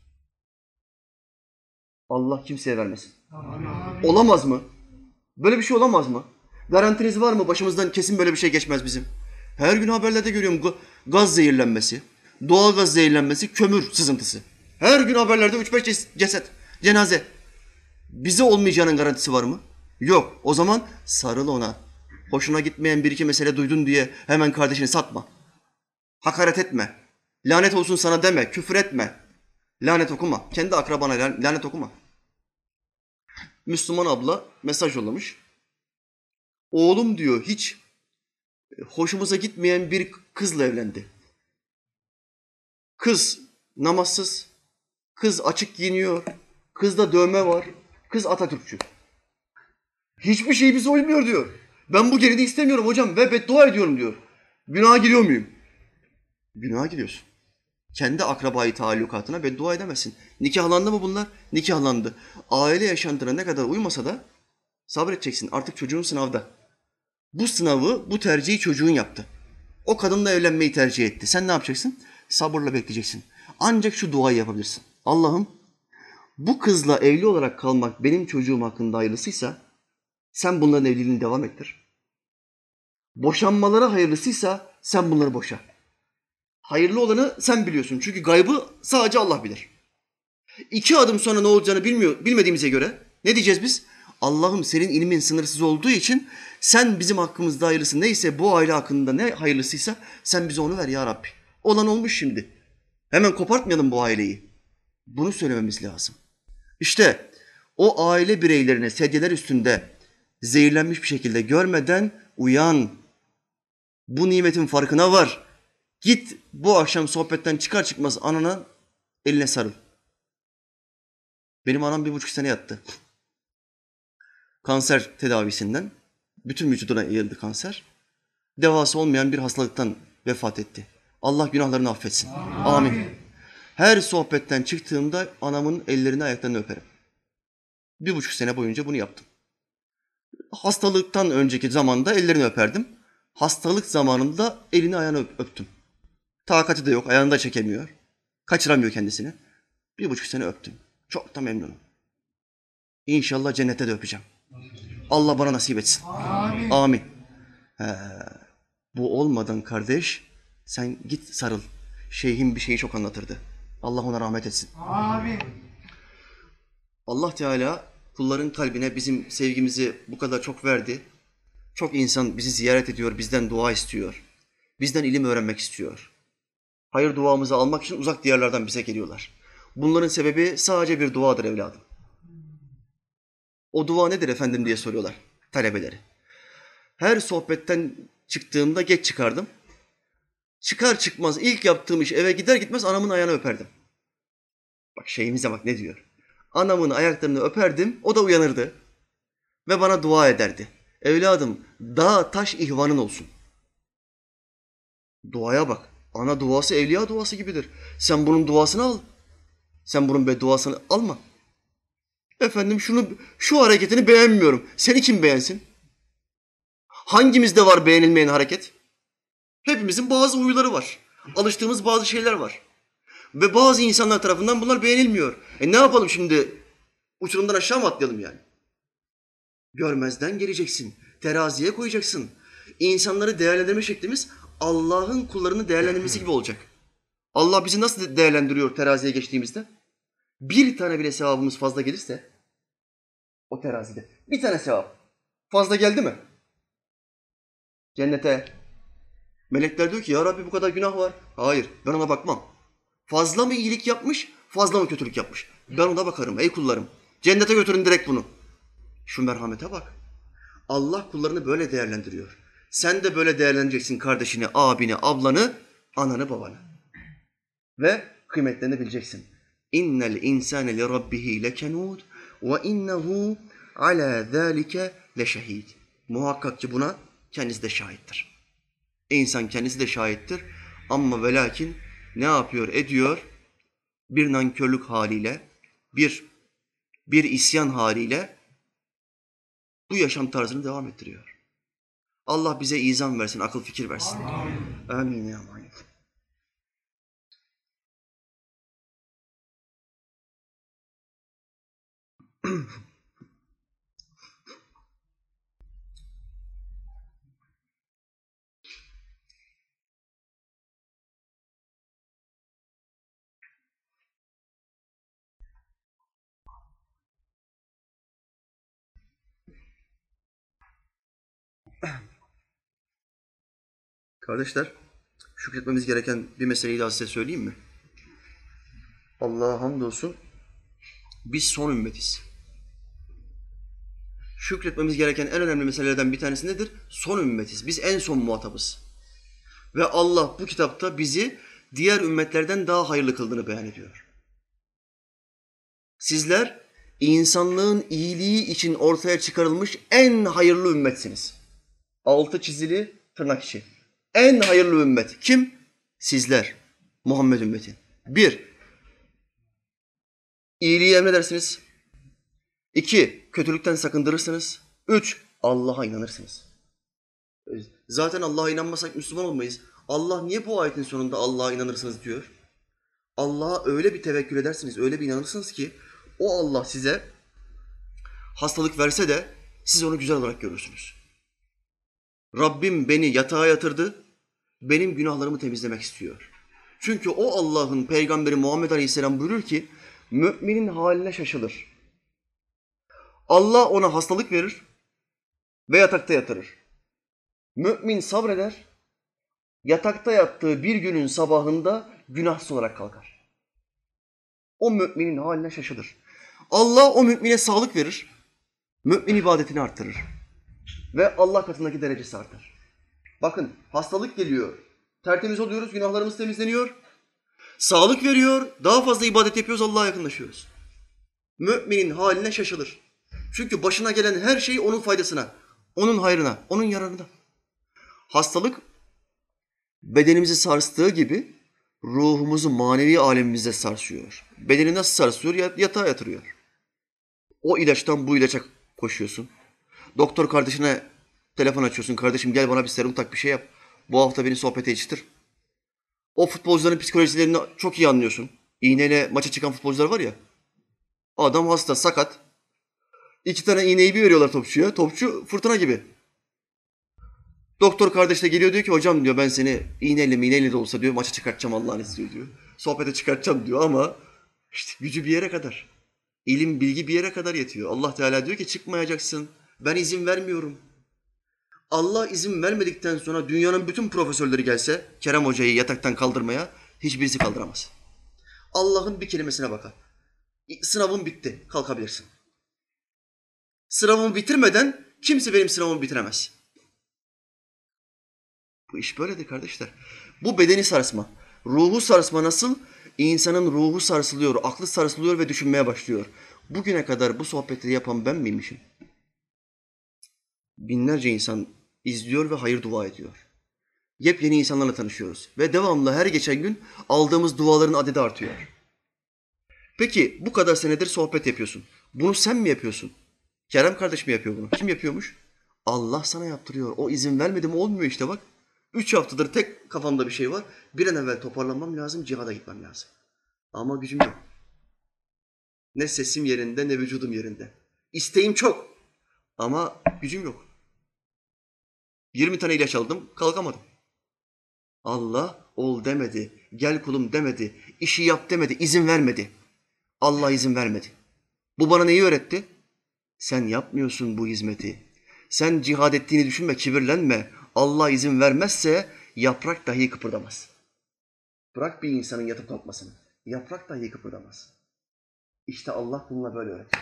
[SPEAKER 1] Allah kimseye vermesin. Amin. Olamaz mı? Böyle bir şey olamaz mı? Garantiniz var mı? Başımızdan kesin böyle bir şey geçmez bizim. Her gün haberlerde görüyorum gaz zehirlenmesi, doğal gaz zehirlenmesi, kömür sızıntısı. Her gün haberlerde 3-5 ceset, cenaze. Bize olmayacağının garantisi var mı? Yok. O zaman sarıl ona. Hoşuna gitmeyen bir iki mesele duydun diye hemen kardeşini satma. Hakaret etme. Lanet olsun sana deme. Küfür etme. Lanet okuma. Kendi akrabana lanet okuma. Müslüman abla mesaj yollamış. Oğlum diyor hiç hoşumuza gitmeyen bir kızla evlendi. Kız namazsız, kız açık giyiniyor, kızda dövme var, kız Atatürkçü. Hiçbir şey bize uymuyor diyor. Ben bu gelini istemiyorum hocam ve beddua ediyorum diyor. Günaha giriyor muyum? Günaha giriyorsun. Kendi akrabayı taallukatına beddua edemezsin. Nikahlandı mı bunlar? Nikahlandı. Aile yaşantına ne kadar uymasa da Sabredeceksin. Artık çocuğun sınavda. Bu sınavı, bu tercihi çocuğun yaptı. O kadınla evlenmeyi tercih etti. Sen ne yapacaksın? Sabırla bekleyeceksin. Ancak şu duayı yapabilirsin. Allah'ım, bu kızla evli olarak kalmak benim çocuğum hakkında hayırlısıysa sen bunların evliliğini devam ettir. Boşanmaları hayırlısıysa sen bunları boşa. Hayırlı olanı sen biliyorsun. Çünkü gaybı sadece Allah bilir. 2 adım sonra ne olacağını bilmediğimize göre ne diyeceğiz biz? Allah'ım, senin ilmin sınırsız olduğu için sen bizim hakkımızda hayırlısı neyse, bu aile hakkında ne hayırlısıysa sen bize onu ver ya Rabbi. Olan olmuş şimdi. Hemen kopartmayalım bu aileyi. Bunu söylememiz lazım. İşte o aile bireylerine sedyeler üstünde zehirlenmiş bir şekilde görmeden uyan. Bu nimetin farkına var. Git bu akşam sohbetten çıkar çıkmaz anana eline sarıl. Benim anam 1,5 sene yattı. Kanser tedavisinden. Bütün vücuduna yayıldı kanser. Devası olmayan bir hastalıktan vefat etti. Allah günahlarını affetsin. Amin. Her sohbetten çıktığımda anamın ellerini ayaklarını öperim. 1,5 sene boyunca bunu yaptım. Hastalıktan önceki zamanda ellerini öperdim. Hastalık zamanında elini ayağını öptüm. Takati de yok, ayağını da çekemiyor. Kaçıramıyor kendisini. 1,5 sene öptüm. Çok da memnunum. İnşallah cennete de öpeceğim. Allah bana nasip etsin. Amin. Amin. Bu olmadan kardeş, sen git sarıl. Şeyhim bir şeyi çok anlatırdı. Allah ona rahmet etsin. Amin. Allah Teala kulların kalbine bizim sevgimizi bu kadar çok verdi. Çok insan bizi ziyaret ediyor, bizden dua istiyor. Bizden ilim öğrenmek istiyor. Hayır duamızı almak için uzak diyarlardan bize geliyorlar. Bunların sebebi sadece bir duadır evladım. O dua nedir efendim diye soruyorlar talebeleri. Her sohbetten çıktığımda geç çıkardım. Çıkar çıkmaz ilk yaptığım iş eve gider gitmez anamın ayağını öperdim. Bak şeyimize bak ne diyor. Anamın ayaklarını öperdim, o da uyanırdı. Ve bana dua ederdi. Evladım, dağ taş ihvanın olsun. Duaya bak. Ana duası evliya duası gibidir. Sen bunun duasını al. Sen bunun bedduasını alma. Efendim şu hareketini beğenmiyorum. Seni kim beğensin? Hangimizde var beğenilmeyen hareket? Hepimizin bazı huyları var. Alıştığımız bazı şeyler var. Ve bazı insanlar tarafından bunlar beğenilmiyor. Ne yapalım şimdi? Uçurumdan aşağı mı atlayalım yani? Görmezden geleceksin. Teraziye koyacaksın. İnsanları değerlendirme şeklimiz Allah'ın kullarını değerlendirmesi gibi olacak. Allah bizi nasıl değerlendiriyor teraziye geçtiğimizde? Bir tane bile sevabımız fazla gelirse o terazide bir tane sevap fazla geldi mi? Cennete melekler diyor ki ya Rabbi bu kadar günah var. Hayır, ben ona bakmam. Fazla mı iyilik yapmış, fazla mı kötülük yapmış? Ben ona bakarım ey kullarım. Cennete götürün direkt bunu. Şu merhamete bak. Allah kullarını böyle değerlendiriyor. Sen de böyle değerlendireceksin kardeşini, abini, ablanı, ananı, babanı. Ve kıymetlerini bileceksin. İnnel insane li rabbihi lekenud ve innehu ala zalike leşehid. Muhakkak ki buna kendisi de şahittir. İnsan kendisi de şahittir. Ama ve lakin ne yapıyor, ediyor? Bir nankörlük haliyle, bir isyan haliyle bu yaşam tarzını devam ettiriyor. Allah bize izan versin, akıl fikir versin. Amin. Amin ya Amin. Kardeşler, şükretmemiz gereken bir meseleyi daha size söyleyeyim mi? Allah'a hamdolsun, biz son ümmetiz. Şükretmemiz gereken en önemli meselelerden bir tanesi nedir? Son ümmetiz. Biz en son muhatabız. Ve Allah bu kitapta bizi diğer ümmetlerden daha hayırlı kıldığını beyan ediyor. Sizler insanlığın iyiliği için ortaya çıkarılmış en hayırlı ümmetsiniz. Altı çizili tırnak içi. En hayırlı ümmet. Kim? Sizler. Muhammed ümmeti. 1. İyiliği emredersiniz. 2. Kötülükten sakındırırsınız. Üç, Allah'a inanırsınız. Zaten Allah'a inanmasak Müslüman olmayız. Allah niye bu ayetin sonunda Allah'a inanırsınız diyor? Allah'a öyle bir tevekkül edersiniz, öyle bir inanırsınız ki o Allah size hastalık verse de siz onu güzel olarak görürsünüz. Rabbim beni yatağa yatırdı, benim günahlarımı temizlemek istiyor. Çünkü o Allah'ın peygamberi Muhammed Aleyhisselam buyurur ki, müminin haline şaşılır. Allah ona hastalık verir ve yatakta yatırır. Mümin sabreder, yatakta yattığı bir günün sabahında günahsız olarak kalkar. O müminin haline şaşılır. Allah o mümine sağlık verir, mümin ibadetini arttırır ve Allah katındaki derecesi artar. Bakın hastalık geliyor, tertemiz oluyoruz, günahlarımız temizleniyor. Sağlık veriyor, daha fazla ibadet yapıyoruz, Allah'a yakınlaşıyoruz. Müminin haline şaşılır. Çünkü başına gelen her şey onun faydasına, onun hayrına, onun yararına. Hastalık bedenimizi sarstığı gibi ruhumuzu manevi alemimize sarsıyor. Bedeni nasıl sarsıyor? Yatağa yatırıyor. O ilaçtan bu ilaça koşuyorsun. Doktor kardeşine telefon açıyorsun. Kardeşim gel bana bir serum tak, bir şey yap. Bu hafta beni sohbete yetiştir. O futbolcuların psikolojilerini çok iyi anlıyorsun. İğneyle maça çıkan futbolcular var ya. Adam hasta, sakat. 2 tane iğneyi bir veriyorlar topçuya. Topçu fırtına gibi. Doktor kardeş de geliyor diyor ki hocam diyor ben seni iğneyle de olsa diyor maça çıkartacağım Allah'ın izniyle diyor. Sohbete çıkartacağım diyor ama işte gücü bir yere kadar. İlim, bilgi bir yere kadar yetiyor. Allah Teala diyor ki çıkmayacaksın. Ben izin vermiyorum. Allah izin vermedikten sonra dünyanın bütün profesörleri gelse Kerem Hoca'yı yataktan kaldırmaya hiçbirisi kaldıramaz. Allah'ın bir kelimesine bakar. Sınavın bitti, kalkabilirsin. Sınavımı bitirmeden kimse benim sınavımı bitiremez. Bu iş böyledir kardeşler. Bu bedeni sarsma. Ruhu sarsma nasıl? İnsanın ruhu sarsılıyor, aklı sarsılıyor ve düşünmeye başlıyor. Bugüne kadar bu sohbetleri yapan ben miymişim? Binlerce insan izliyor ve hayır dua ediyor. Yepyeni insanlarla tanışıyoruz ve devamlı her geçen gün aldığımız duaların adedi artıyor. Peki bu kadar senedir sohbet yapıyorsun. Bunu sen mi yapıyorsun? Kerem kardeş mi yapıyor bunu? Kim yapıyormuş? Allah sana yaptırıyor. O izin vermedi mi olmuyor işte bak. 3 haftadır tek kafamda bir şey var. Bir an evvel toparlanmam lazım, cihada gitmem lazım. Ama gücüm yok. Ne sesim yerinde ne vücudum yerinde. İsteğim çok ama gücüm yok. 20 tane ilaç aldım, kalkamadım. Allah ol demedi, gel kulum demedi, işi yap demedi, izin vermedi. Allah izin vermedi. Bu bana neyi öğretti? Sen yapmıyorsun bu hizmeti. Sen cihad ettiğini düşünme, kibirlenme. Allah izin vermezse yaprak dahi kıpırdamaz. Bırak bir insanın yatıp kalkmasını. Yaprak dahi kıpırdamaz. İşte Allah bununla böyle öğretiyor.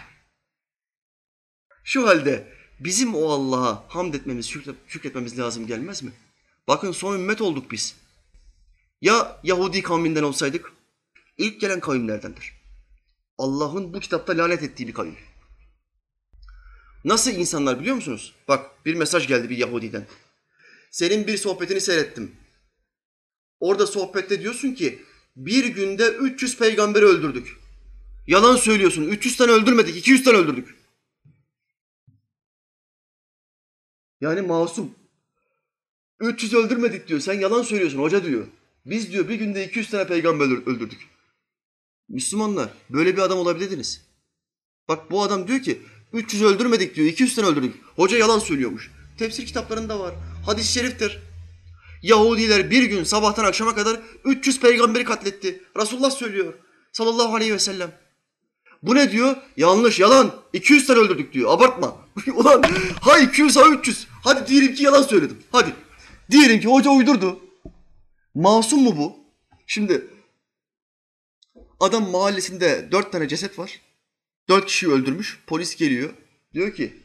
[SPEAKER 1] Şu halde bizim o Allah'a hamd etmemiz, şükretmemiz lazım gelmez mi? Bakın son ümmet olduk biz. Ya Yahudi kavminden olsaydık? İlk gelen kavimlerdendir. Allah'ın bu kitapta lanet ettiği bir kavim. Nasıl insanlar biliyor musunuz? Bak bir mesaj geldi bir Yahudiden. Senin bir sohbetini seyrettim. Orada sohbette diyorsun ki bir günde 300 peygamberi öldürdük. Yalan söylüyorsun. 300 tane öldürmedik, 200 tane öldürdük. Yani masum. 300 öldürmedik diyor. Sen yalan söylüyorsun hoca diyor. Biz diyor bir günde 200 tane peygamber öldürdük. Müslümanlar böyle bir adam olabilirdiniz. Bak bu adam diyor ki 300 öldürmedik diyor, 200 tane öldürdük. Hoca yalan söylüyormuş. Tefsir kitaplarında var. Hadis-i şeriftir. Yahudiler bir gün sabahtan akşama kadar 300 peygamberi katletti. Resulullah söylüyor sallallahu aleyhi ve sellem. Bu ne diyor? Yanlış, yalan. 200 tane öldürdük diyor. Abartma. Ulan ha 200 ha 300. Hadi diyelim ki yalan söyledim. Hadi. Diyelim ki hoca uydurdu. Masum mu bu? Şimdi adam mahallesinde 4 tane ceset var. 4 kişiyi öldürmüş. Polis geliyor. Diyor ki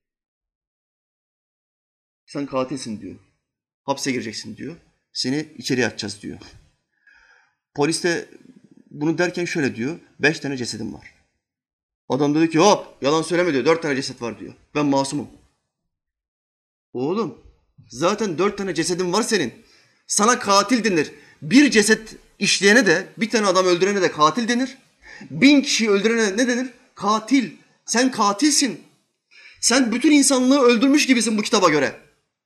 [SPEAKER 1] sen katilsin diyor. Hapse gireceksin diyor. Seni içeriye atacağız diyor. Polis de bunu derken şöyle diyor. 5 tane cesedim var. Adam diyor ki hop yalan söyleme diyor. 4 tane ceset var diyor. Ben masumum. Oğlum zaten 4 tane cesedin var senin. Sana katil denir. Bir ceset işleyene de bir tane adam öldürene de katil denir. 1000 kişiyi öldürene ne denir? Katil. Sen katilsin. Sen bütün insanlığı öldürmüş gibisin bu kitaba göre.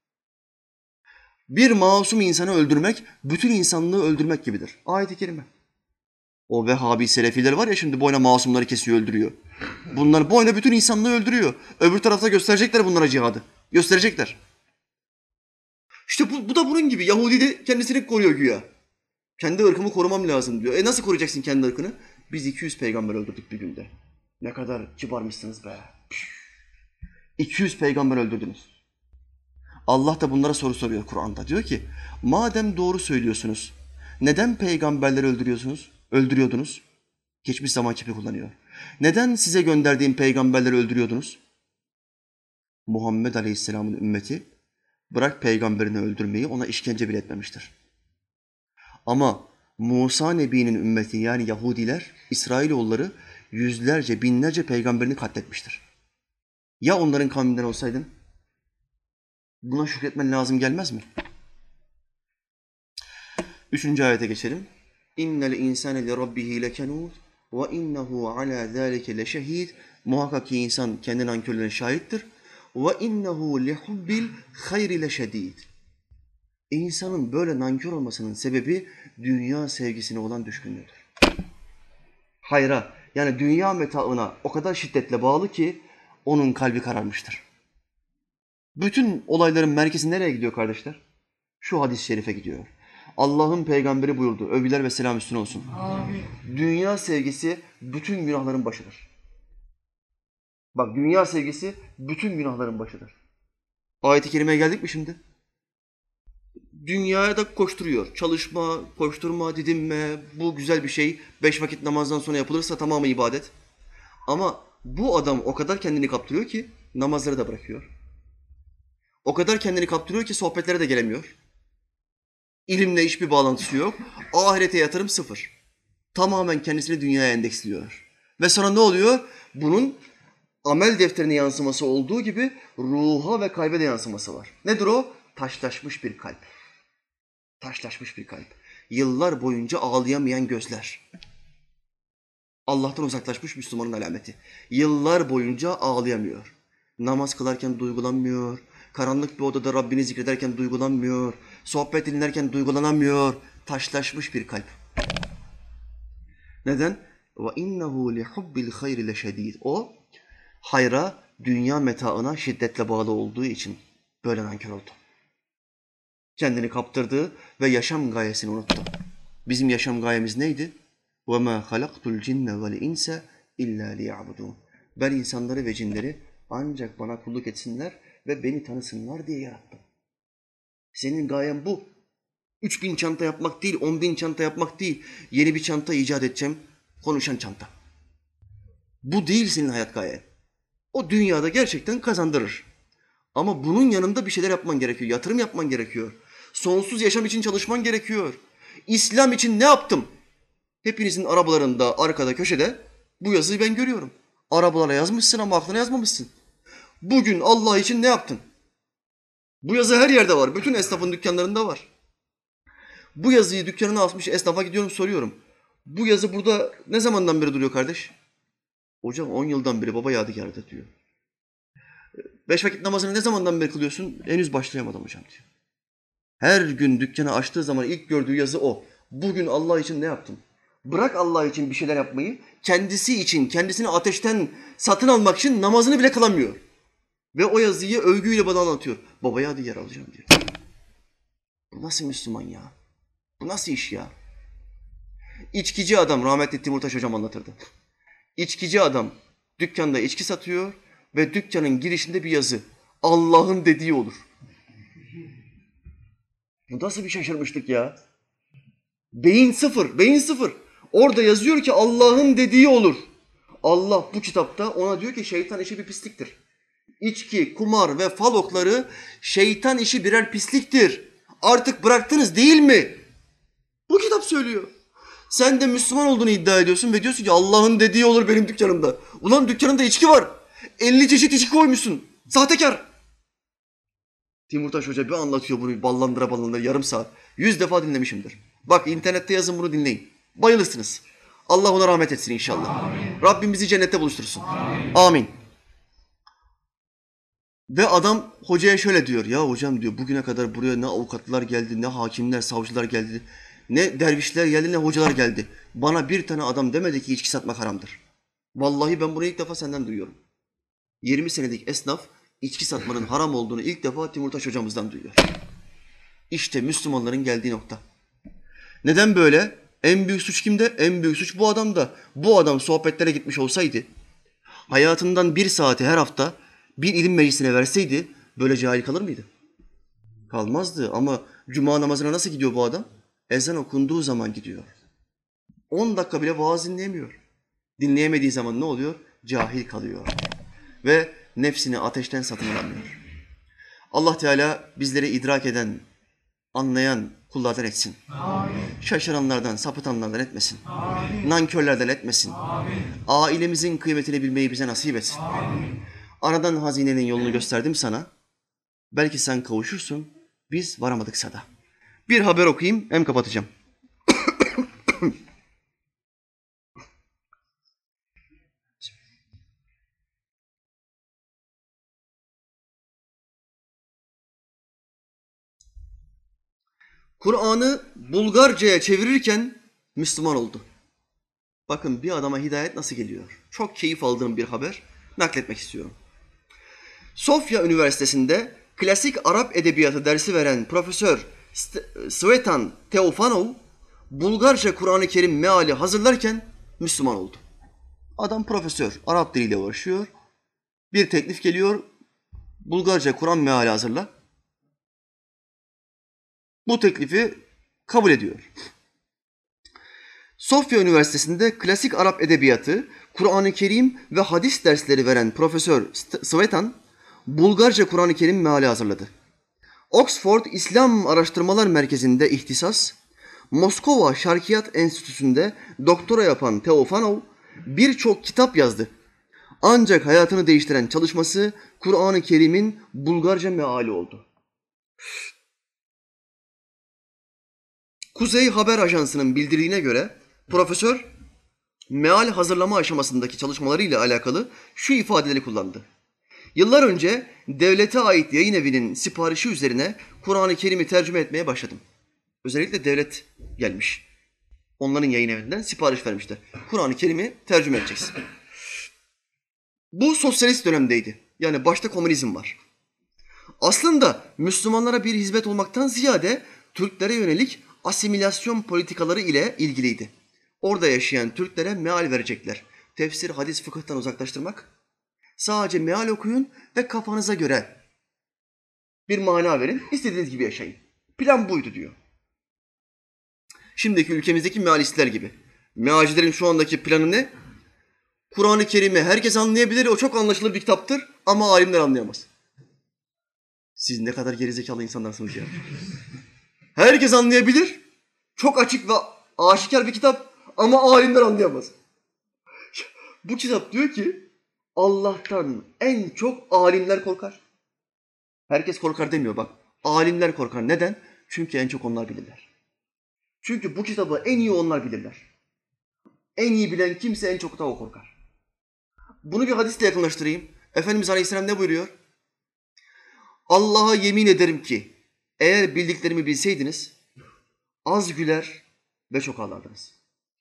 [SPEAKER 1] Bir masum insanı öldürmek, bütün insanlığı öldürmek gibidir. Ayet-i kerime. O Vehhabi Selefiler var ya şimdi boyuna masumları kesiyor, öldürüyor. Bunlar boyuna bütün insanlığı öldürüyor. Öbür tarafta gösterecekler bunlara cihadı. Gösterecekler. İşte bu da bunun gibi. Yahudi de kendisini koruyor güya. Kendi ırkımı korumam lazım diyor. Nasıl koruyacaksın kendi ırkını? Biz 200 peygamber öldürdük bir günde. Ne kadar kibarmışsınız be. 200 peygamber öldürdünüz. Allah da bunlara soru soruyor Kur'an'da. Diyor ki, madem doğru söylüyorsunuz, neden peygamberleri öldürüyordunuz? Geçmiş zaman kipi kullanıyor. Neden size gönderdiğim peygamberleri öldürüyordunuz? Muhammed Aleyhisselam'ın ümmeti, bırak peygamberini öldürmeyi, ona işkence bile etmemiştir. Ama Musa Nebi'nin ümmeti yani Yahudiler, İsrailoğulları yüzlerce, binlerce peygamberini katletmiştir. Ya onların kavminden olsaydın? Buna şükretmen lazım gelmez mi? 3. ayete geçelim. İnnel insane li rabbihi lekenûd ve innehu ala zâlike leşehîd. Muhakkak ki insan kendi nankörlüğüne şahittir. Ve innehu lihubbil hayri leşedîd. İnsanın böyle nankör olmasının sebebi dünya sevgisine olan düşkünlüğüdür. Hayra, yani dünya metaına o kadar şiddetle bağlı ki onun kalbi kararmıştır. Bütün olayların merkezi nereye gidiyor kardeşler? Şu hadis-i şerife gidiyor. Allah'ın peygamberi buyurdu. Övgüler ve selam üstüne olsun. Amin. Dünya sevgisi bütün günahların başıdır. Bak dünya sevgisi bütün günahların başıdır. Ayet-i kerimeye geldik mi şimdi? Dünyaya da koşturuyor. Çalışma, koşturma, didinme, bu güzel bir şey. 5 vakit namazdan sonra yapılırsa tamamı ibadet. Ama bu adam o kadar kendini kaptırıyor ki namazları da bırakıyor. O kadar kendini kaptırıyor ki sohbetlere de gelemiyor. İlimle hiçbir bağlantısı yok. Ahirete yatırım sıfır. Tamamen kendisini dünyaya endeksliyor. Ve sonra ne oluyor? Bunun amel defterine yansıması olduğu gibi ruha ve kalbe de yansıması var. Nedir o? Taşlaşmış bir kalp. Taşlaşmış bir kalp. Yıllar boyunca ağlayamayan gözler. Allah'tan uzaklaşmış Müslümanın alameti. Yıllar boyunca ağlayamıyor. Namaz kılarken duygulanmıyor. Karanlık bir odada Rabbini zikrederken duygulanmıyor. Sohbet dinlerken duygulanamıyor. Taşlaşmış bir kalp. Neden? وَاِنَّهُ لِحُبِّ الْخَيْرِ لَشَد۪يدٍ. O, hayra, dünya metaına şiddetle bağlı olduğu için böyle nankör oldu. Kendini kaptırdı ve yaşam gayesini unuttu. Bizim yaşam gayemiz neydi? وَمَا خَلَقْتُ الْجِنَّ وَالْاِنْسَ اِلَّا لِيَعْبُدُونَ. Ben insanları ve cinleri ancak bana kulluk etsinler ve beni tanısınlar diye yarattım. Senin gayen bu. 3000 çanta yapmak değil, 10.000 çanta yapmak değil. Yeni bir çanta icat edeceğim, konuşan çanta. Bu değil senin hayat gayen. O dünyada gerçekten kazandırır. Ama bunun yanında bir şeyler yapman gerekiyor, yatırım yapman gerekiyor. Sonsuz yaşam için çalışman gerekiyor. İslam için ne yaptım? Hepinizin arabalarında, arkada, köşede bu yazıyı ben görüyorum. Arabalara yazmışsın ama aklına yazmamışsın. Bugün Allah için ne yaptın? Bu yazı her yerde var. Bütün esnafın dükkanlarında var. Bu yazıyı dükkanına asmış esnafa gidiyorum soruyorum. Bu yazı burada ne zamandan beri duruyor kardeş? Hocam 10 yıldan beri baba yadigarıdır diyor. 5 vakit namazını ne zamandan beri kılıyorsun? Henüz başlayamadım hocam diyor. Her gün dükkanı açtığı zaman ilk gördüğü yazı o. Bugün Allah için ne yaptın? Bırak Allah için bir şeyler yapmayı, kendisi için, kendisini ateşten satın almak için namazını bile kılamıyor. Ve o yazıyı övgüyle bana anlatıyor. Babaya hadi yer alacağım diyor. Bu nasıl Müslüman ya? Bu nasıl iş ya? İçkici adam, rahmetli Timurtaş hocam anlatırdı. İçkici adam dükkanda içki satıyor ve dükkanın girişinde bir yazı. Allah'ın dediği olur. Bu nasıl bir şaşırmışlık ya? Beyin sıfır, beyin sıfır. Orada yazıyor ki Allah'ın dediği olur. Allah bu kitapta ona diyor ki şeytan işi bir pisliktir. İçki, kumar ve fal okları şeytan işi birer pisliktir. Artık bıraktınız değil mi? Bu kitap söylüyor. Sen de Müslüman olduğunu iddia ediyorsun ve diyorsun ki Allah'ın dediği olur benim dükkanımda. Ulan dükkanında içki var. 50 çeşit içki koymuşsun. Sahtekar. Timurtaş Hoca bir anlatıyor bunu ballandıra yarım saat. 100 defa dinlemişimdir. Bak internette yazın bunu dinleyin. Bayılırsınız. Allah ona rahmet etsin inşallah. Amin. Rabbim bizi cennette buluştursun. Amin. Amin. Ve adam hocaya şöyle diyor. Ya hocam diyor bugüne kadar buraya ne avukatlar geldi, ne hakimler, savcılar geldi, ne dervişler geldi, ne hocalar geldi. Bana bir tane adam demedi ki içki satmak haramdır. Vallahi ben bunu ilk defa senden duyuyorum. 20 senelik esnaf içki satmanın haram olduğunu ilk defa Timurtaş hocamızdan duyuyor. İşte Müslümanların geldiği nokta. Neden böyle? En büyük suç kimde? En büyük suç bu adamda. Bu adam sohbetlere gitmiş olsaydı, hayatından bir saati her hafta bir ilim meclisine verseydi böyle cahil kalır mıydı? Kalmazdı ama cuma namazına nasıl gidiyor bu adam? Ezan okunduğu zaman gidiyor. 10 dakika bile vaaz dinleyemiyor. Dinleyemediği zaman ne oluyor? Cahil kalıyor. Ve nefsini ateşten satın alamıyor. Allah Teala bizleri idrak eden, anlayan kullardan etsin. Amin. Şaşıranlardan, sapıtanlardan etmesin. Amin. Nankörlerden etmesin. Amin. Ailemizin kıymetini bilmeyi bize nasip etsin. Amin. Aradan hazinenin yolunu gösterdim sana. Belki sen kavuşursun, biz varamadıksa da. Bir haber okuyayım, hem kapatacağım. Kur'an'ı Bulgarca'ya çevirirken Müslüman oldu. Bakın bir adama hidayet nasıl geliyor? Çok keyif aldığım bir haber nakletmek istiyorum. Sofya Üniversitesi'nde klasik Arap edebiyatı dersi veren Profesör Svetan Teofanov, Bulgarca Kur'an-ı Kerim meali hazırlarken Müslüman oldu. Adam profesör, Arap diliyle uğraşıyor. Bir teklif geliyor, Bulgarca Kur'an meali hazırla. Bu teklifi kabul ediyor. Sofya Üniversitesi'nde klasik Arap edebiyatı, Kur'an-ı Kerim ve hadis dersleri veren Profesör Svetan, Bulgarca Kur'an-ı Kerim meali hazırladı. Oxford İslam Araştırmalar Merkezi'nde ihtisas, Moskova Şarkiyat Enstitüsü'nde doktora yapan Teofanov birçok kitap yazdı. Ancak hayatını değiştiren çalışması Kur'an-ı Kerim'in Bulgarca meali oldu. Kuzey Haber Ajansı'nın bildirdiğine göre profesör meal hazırlama aşamasındaki çalışmalarıyla alakalı şu ifadeleri kullandı. Yıllar önce devlete ait yayın evinin siparişi üzerine Kur'an-ı Kerim'i tercüme etmeye başladım. Özellikle devlet gelmiş. Onların yayın evinden sipariş vermişler. Kur'an-ı Kerim'i tercüme edeceksin. Bu sosyalist dönemdeydi. Yani başta komünizm var. Aslında Müslümanlara bir hizmet olmaktan ziyade Türklere yönelik asimilasyon politikaları ile ilgiliydi. Orada yaşayan Türklere meal verecekler. Tefsir, hadis, fıkıhtan uzaklaştırmak. Sadece meal okuyun ve kafanıza göre bir mana verin, istediğiniz gibi yaşayın. Plan buydu diyor. Şimdiki ülkemizdeki mealistler gibi. Mealcilerin şu andaki planı ne? Kur'an-ı Kerim'i herkes anlayabilir, o çok anlaşılır bir kitaptır ama alimler anlayamaz. Siz ne kadar gerizekalı insanlarsınız ya. Herkes anlayabilir, çok açık ve aşikar bir kitap ama alimler anlayamaz. Bu kitap diyor ki Allah'tan en çok alimler korkar. Herkes korkar demiyor bak. Alimler korkar. Neden? Çünkü en çok onlar bilirler. Çünkü bu kitabı en iyi onlar bilirler. En iyi bilen kimse en çok da o korkar. Bunu bir hadisle yakınlaştırayım. Efendimiz Aleyhisselam ne buyuruyor? Allah'a yemin ederim ki eğer bildiklerimi bilseydiniz az güler ve çok ağlardınız.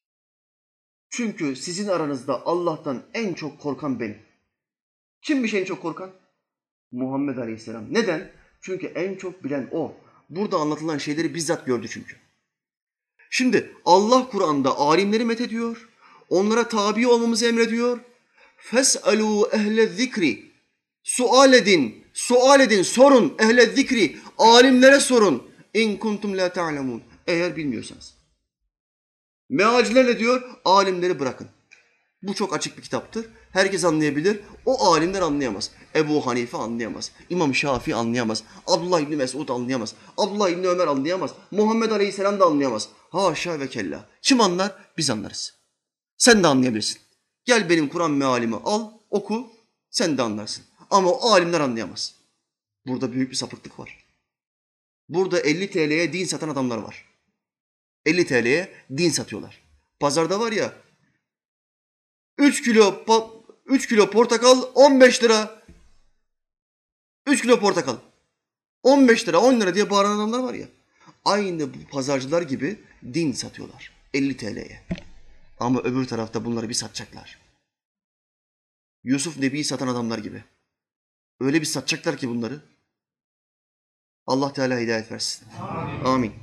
[SPEAKER 1] Çünkü sizin aranızda Allah'tan en çok korkan benim. Kimmiş en çok korkan? Muhammed Aleyhisselam. Neden? Çünkü en çok bilen o. Burada anlatılan şeyleri bizzat gördü çünkü. Şimdi Allah Kur'an'da alimleri methediyor. Onlara tabi olmamızı emrediyor. فَاسْأَلُوا اَهْلَ الذِّكْرِ Sual edin, sorun ehle zikri, alimlere sorun. İn kuntum la ta'lemun. Eğer bilmiyorsanız. Mealciler ne diyor? Alimleri bırakın. Bu çok açık bir kitaptır. Herkes anlayabilir. O alimler anlayamaz. Ebu Hanife anlayamaz. İmam Şafii anlayamaz. Abdullah İbni Mesud anlayamaz. Abdullah İbni Ömer anlayamaz. Muhammed Aleyhisselam da anlayamaz. Haşa ve kella. Kim anlar? Biz anlarız. Sen de anlayabilirsin. Gel benim Kur'an mealimi al, oku, sen de anlarsın. Ama o alimler anlayamaz. Burada büyük bir sapıklık var. Burada 50 TL'ye din satan adamlar var. 50 TL'ye din satıyorlar. Pazarda var ya 3 kilo portakal 15 lira. 3 kilo portakal. 15 lira, 10 lira diye bağıran adamlar var ya. Aynı bu pazarcılar gibi din satıyorlar. 50 TL'ye. Ama öbür tarafta bunları bir satacaklar. Yusuf Nebi'yi satan adamlar gibi. Öyle bir satacaklar ki bunları. Allah Teala hidayet versin. Amin.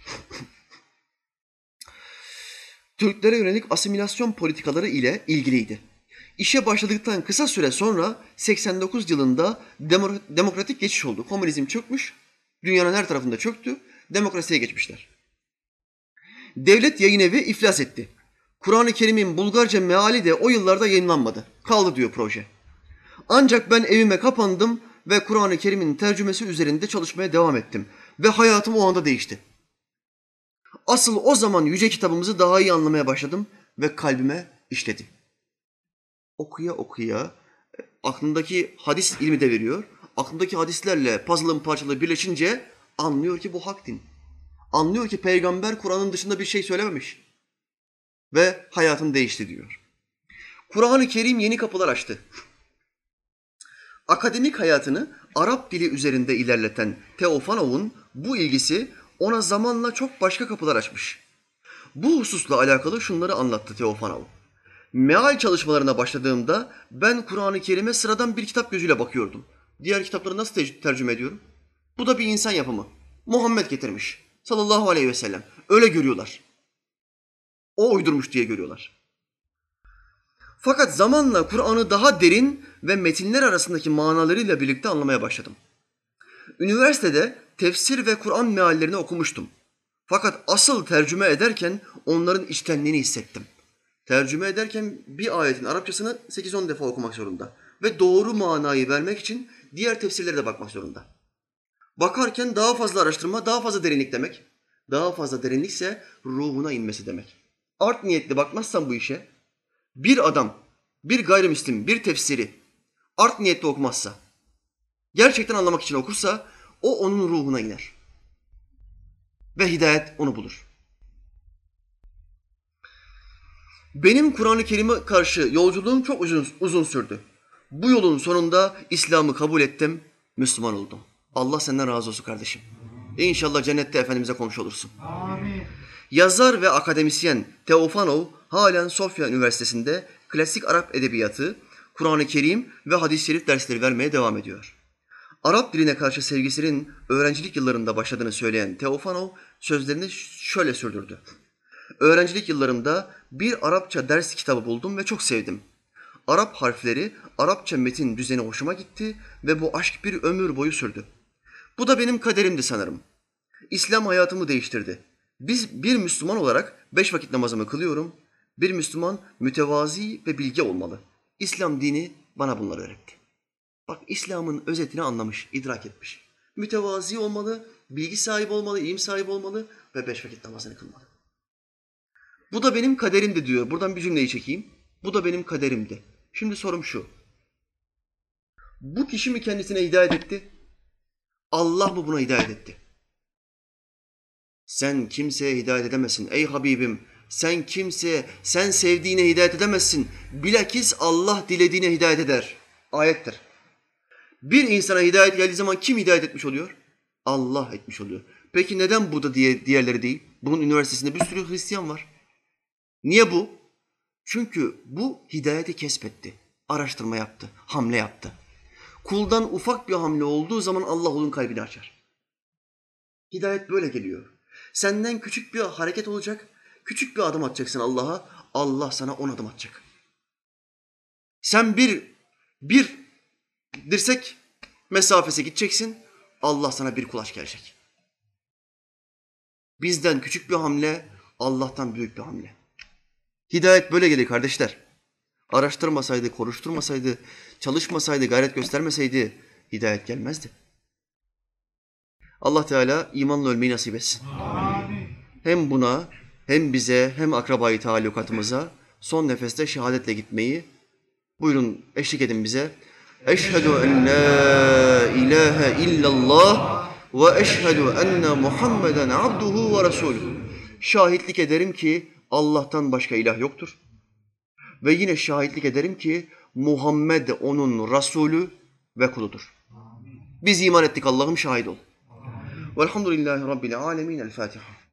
[SPEAKER 1] Türklere yönelik asimilasyon politikaları ile ilgiliydi. İşe başladıktan kısa süre sonra 89 yılında demokratik geçiş oldu. Komünizm çökmüş, dünyanın her tarafında çöktü, demokrasiye geçmişler. Devlet yayın evi iflas etti. Kur'an-ı Kerim'in Bulgarca meali de o yıllarda yayınlanmadı. Kaldı diyor proje. Ancak ben evime kapandım ve Kur'an-ı Kerim'in tercümesi üzerinde çalışmaya devam ettim. Ve hayatım o anda değişti. Asıl o zaman yüce kitabımızı daha iyi anlamaya başladım ve kalbime işledi. Okuya okuya aklındaki hadis ilmi de veriyor. Aklındaki hadislerle puzzle'ın parçaları birleşince anlıyor ki bu hak din. Anlıyor ki peygamber Kur'an'ın dışında bir şey söylememiş. Ve hayatım değişti diyor. Kur'an-ı Kerim yeni kapılar açtı. Akademik hayatını Arap dili üzerinde ilerleten Teofanov'un bu ilgisi ona zamanla çok başka kapılar açmış. Bu hususla alakalı şunları anlattı Teofanov. Meal çalışmalarına başladığımda ben Kur'an-ı Kerim'e sıradan bir kitap gözüyle bakıyordum. Diğer kitapları nasıl tercüme ediyorum? Bu da bir insan yapımı. Muhammed getirmiş. Sallallahu aleyhi ve sellem. Öyle görüyorlar. O uydurmuş diye görüyorlar. Fakat zamanla Kur'an'ı daha derin ve metinler arasındaki manalarıyla birlikte anlamaya başladım. Üniversitede tefsir ve Kur'an meallerini okumuştum. Fakat asıl tercüme ederken onların içtenliğini hissettim. Tercüme ederken bir ayetin Arapçasını 8-10 defa okumak zorunda. Ve doğru manayı vermek için diğer tefsirlere de bakmak zorunda. Bakarken daha fazla araştırma, daha fazla derinlik demek. Daha fazla derinlikse ruhuna inmesi demek. Art niyetli bakmazsan bu işe, bir adam, bir gayrimüslim, bir tefsiri art niyetli okumazsa, gerçekten anlamak için okursa, o onun ruhuna iner. Ve hidayet onu bulur. Benim Kur'an-ı Kerim'e karşı yolculuğum çok uzun sürdü. Bu yolun sonunda İslam'ı kabul ettim, Müslüman oldum. Allah senden razı olsun kardeşim. İnşallah cennette Efendimiz'e komşu olursun.
[SPEAKER 2] Amin.
[SPEAKER 1] Yazar ve akademisyen Teofanov halen Sofya Üniversitesi'nde klasik Arap edebiyatı, Kur'an-ı Kerim ve hadis-i şerif dersleri vermeye devam ediyor. Arap diline karşı sevgisinin öğrencilik yıllarında başladığını söyleyen Teofanov sözlerini şöyle sürdürdü. Öğrencilik yıllarımda bir Arapça ders kitabı buldum ve çok sevdim. Arap harfleri, Arapça metin düzeni hoşuma gitti ve bu aşk bir ömür boyu sürdü. Bu da benim kaderimdi sanırım. İslam hayatımı değiştirdi. Bir Müslüman olarak 5 vakit namazımı kılıyorum. Bir Müslüman mütevazi ve bilge olmalı. İslam dini bana bunları öğretti. Bak İslam'ın özetini anlamış, idrak etmiş. Mütevazi olmalı, bilgi sahibi olmalı, ilim sahibi olmalı ve 5 vakit namazını kılmalı. Bu da benim kaderimdi diyor. Buradan bir cümleyi çekeyim. Bu da benim kaderimdi. Şimdi sorum şu. Bu kişi mi kendisine hidayet etti? Allah mı buna hidayet etti? Sen kimseye hidayet edemezsin ey Habibim. Sen sevdiğine hidayet edemezsin. Bilakis Allah dilediğine hidayet eder. Ayettir. Bir insana hidayet geldiği zaman kim hidayet etmiş oluyor? Allah etmiş oluyor. Peki neden bu da diğerleri değil? Bunun üniversitesinde bir sürü Hristiyan var. Niye bu? Çünkü bu hidayeti kesbetti. Araştırma yaptı, hamle yaptı. Kuldan ufak bir hamle olduğu zaman Allah onun kalbini açar. Hidayet böyle geliyor. Senden küçük bir hareket olacak, küçük bir adım atacaksın Allah'a, Allah sana 10 adım atacak. Sen bir dirsek mesafesi gideceksin, Allah sana bir kulaç gelecek. Bizden küçük bir hamle, Allah'tan büyük bir hamle. Hidayet böyle gelir kardeşler. Araştırmasaydı, konuşturmasaydı, çalışmasaydı, gayret göstermeseydi hidayet gelmezdi. Allah Teala imanla ölmeyi nasip etsin.
[SPEAKER 2] Amin.
[SPEAKER 1] Hem buna, hem bize, hem akrabayı talukatımıza son nefeste şehadetle gitmeyi buyurun eşlik edin bize. Eşhedü en la ilahe illallah ve eşhedü enne Muhammeden abduhu ve resuluhu. Şahitlik ederim ki Allah'tan başka ilah yoktur. Ve yine şahitlik ederim ki Muhammed onun Resulü ve kuludur. Biz iman ettik, Allah'ım şahit ol. Velhamdülillahi Rabbil alemin. El Fatiha.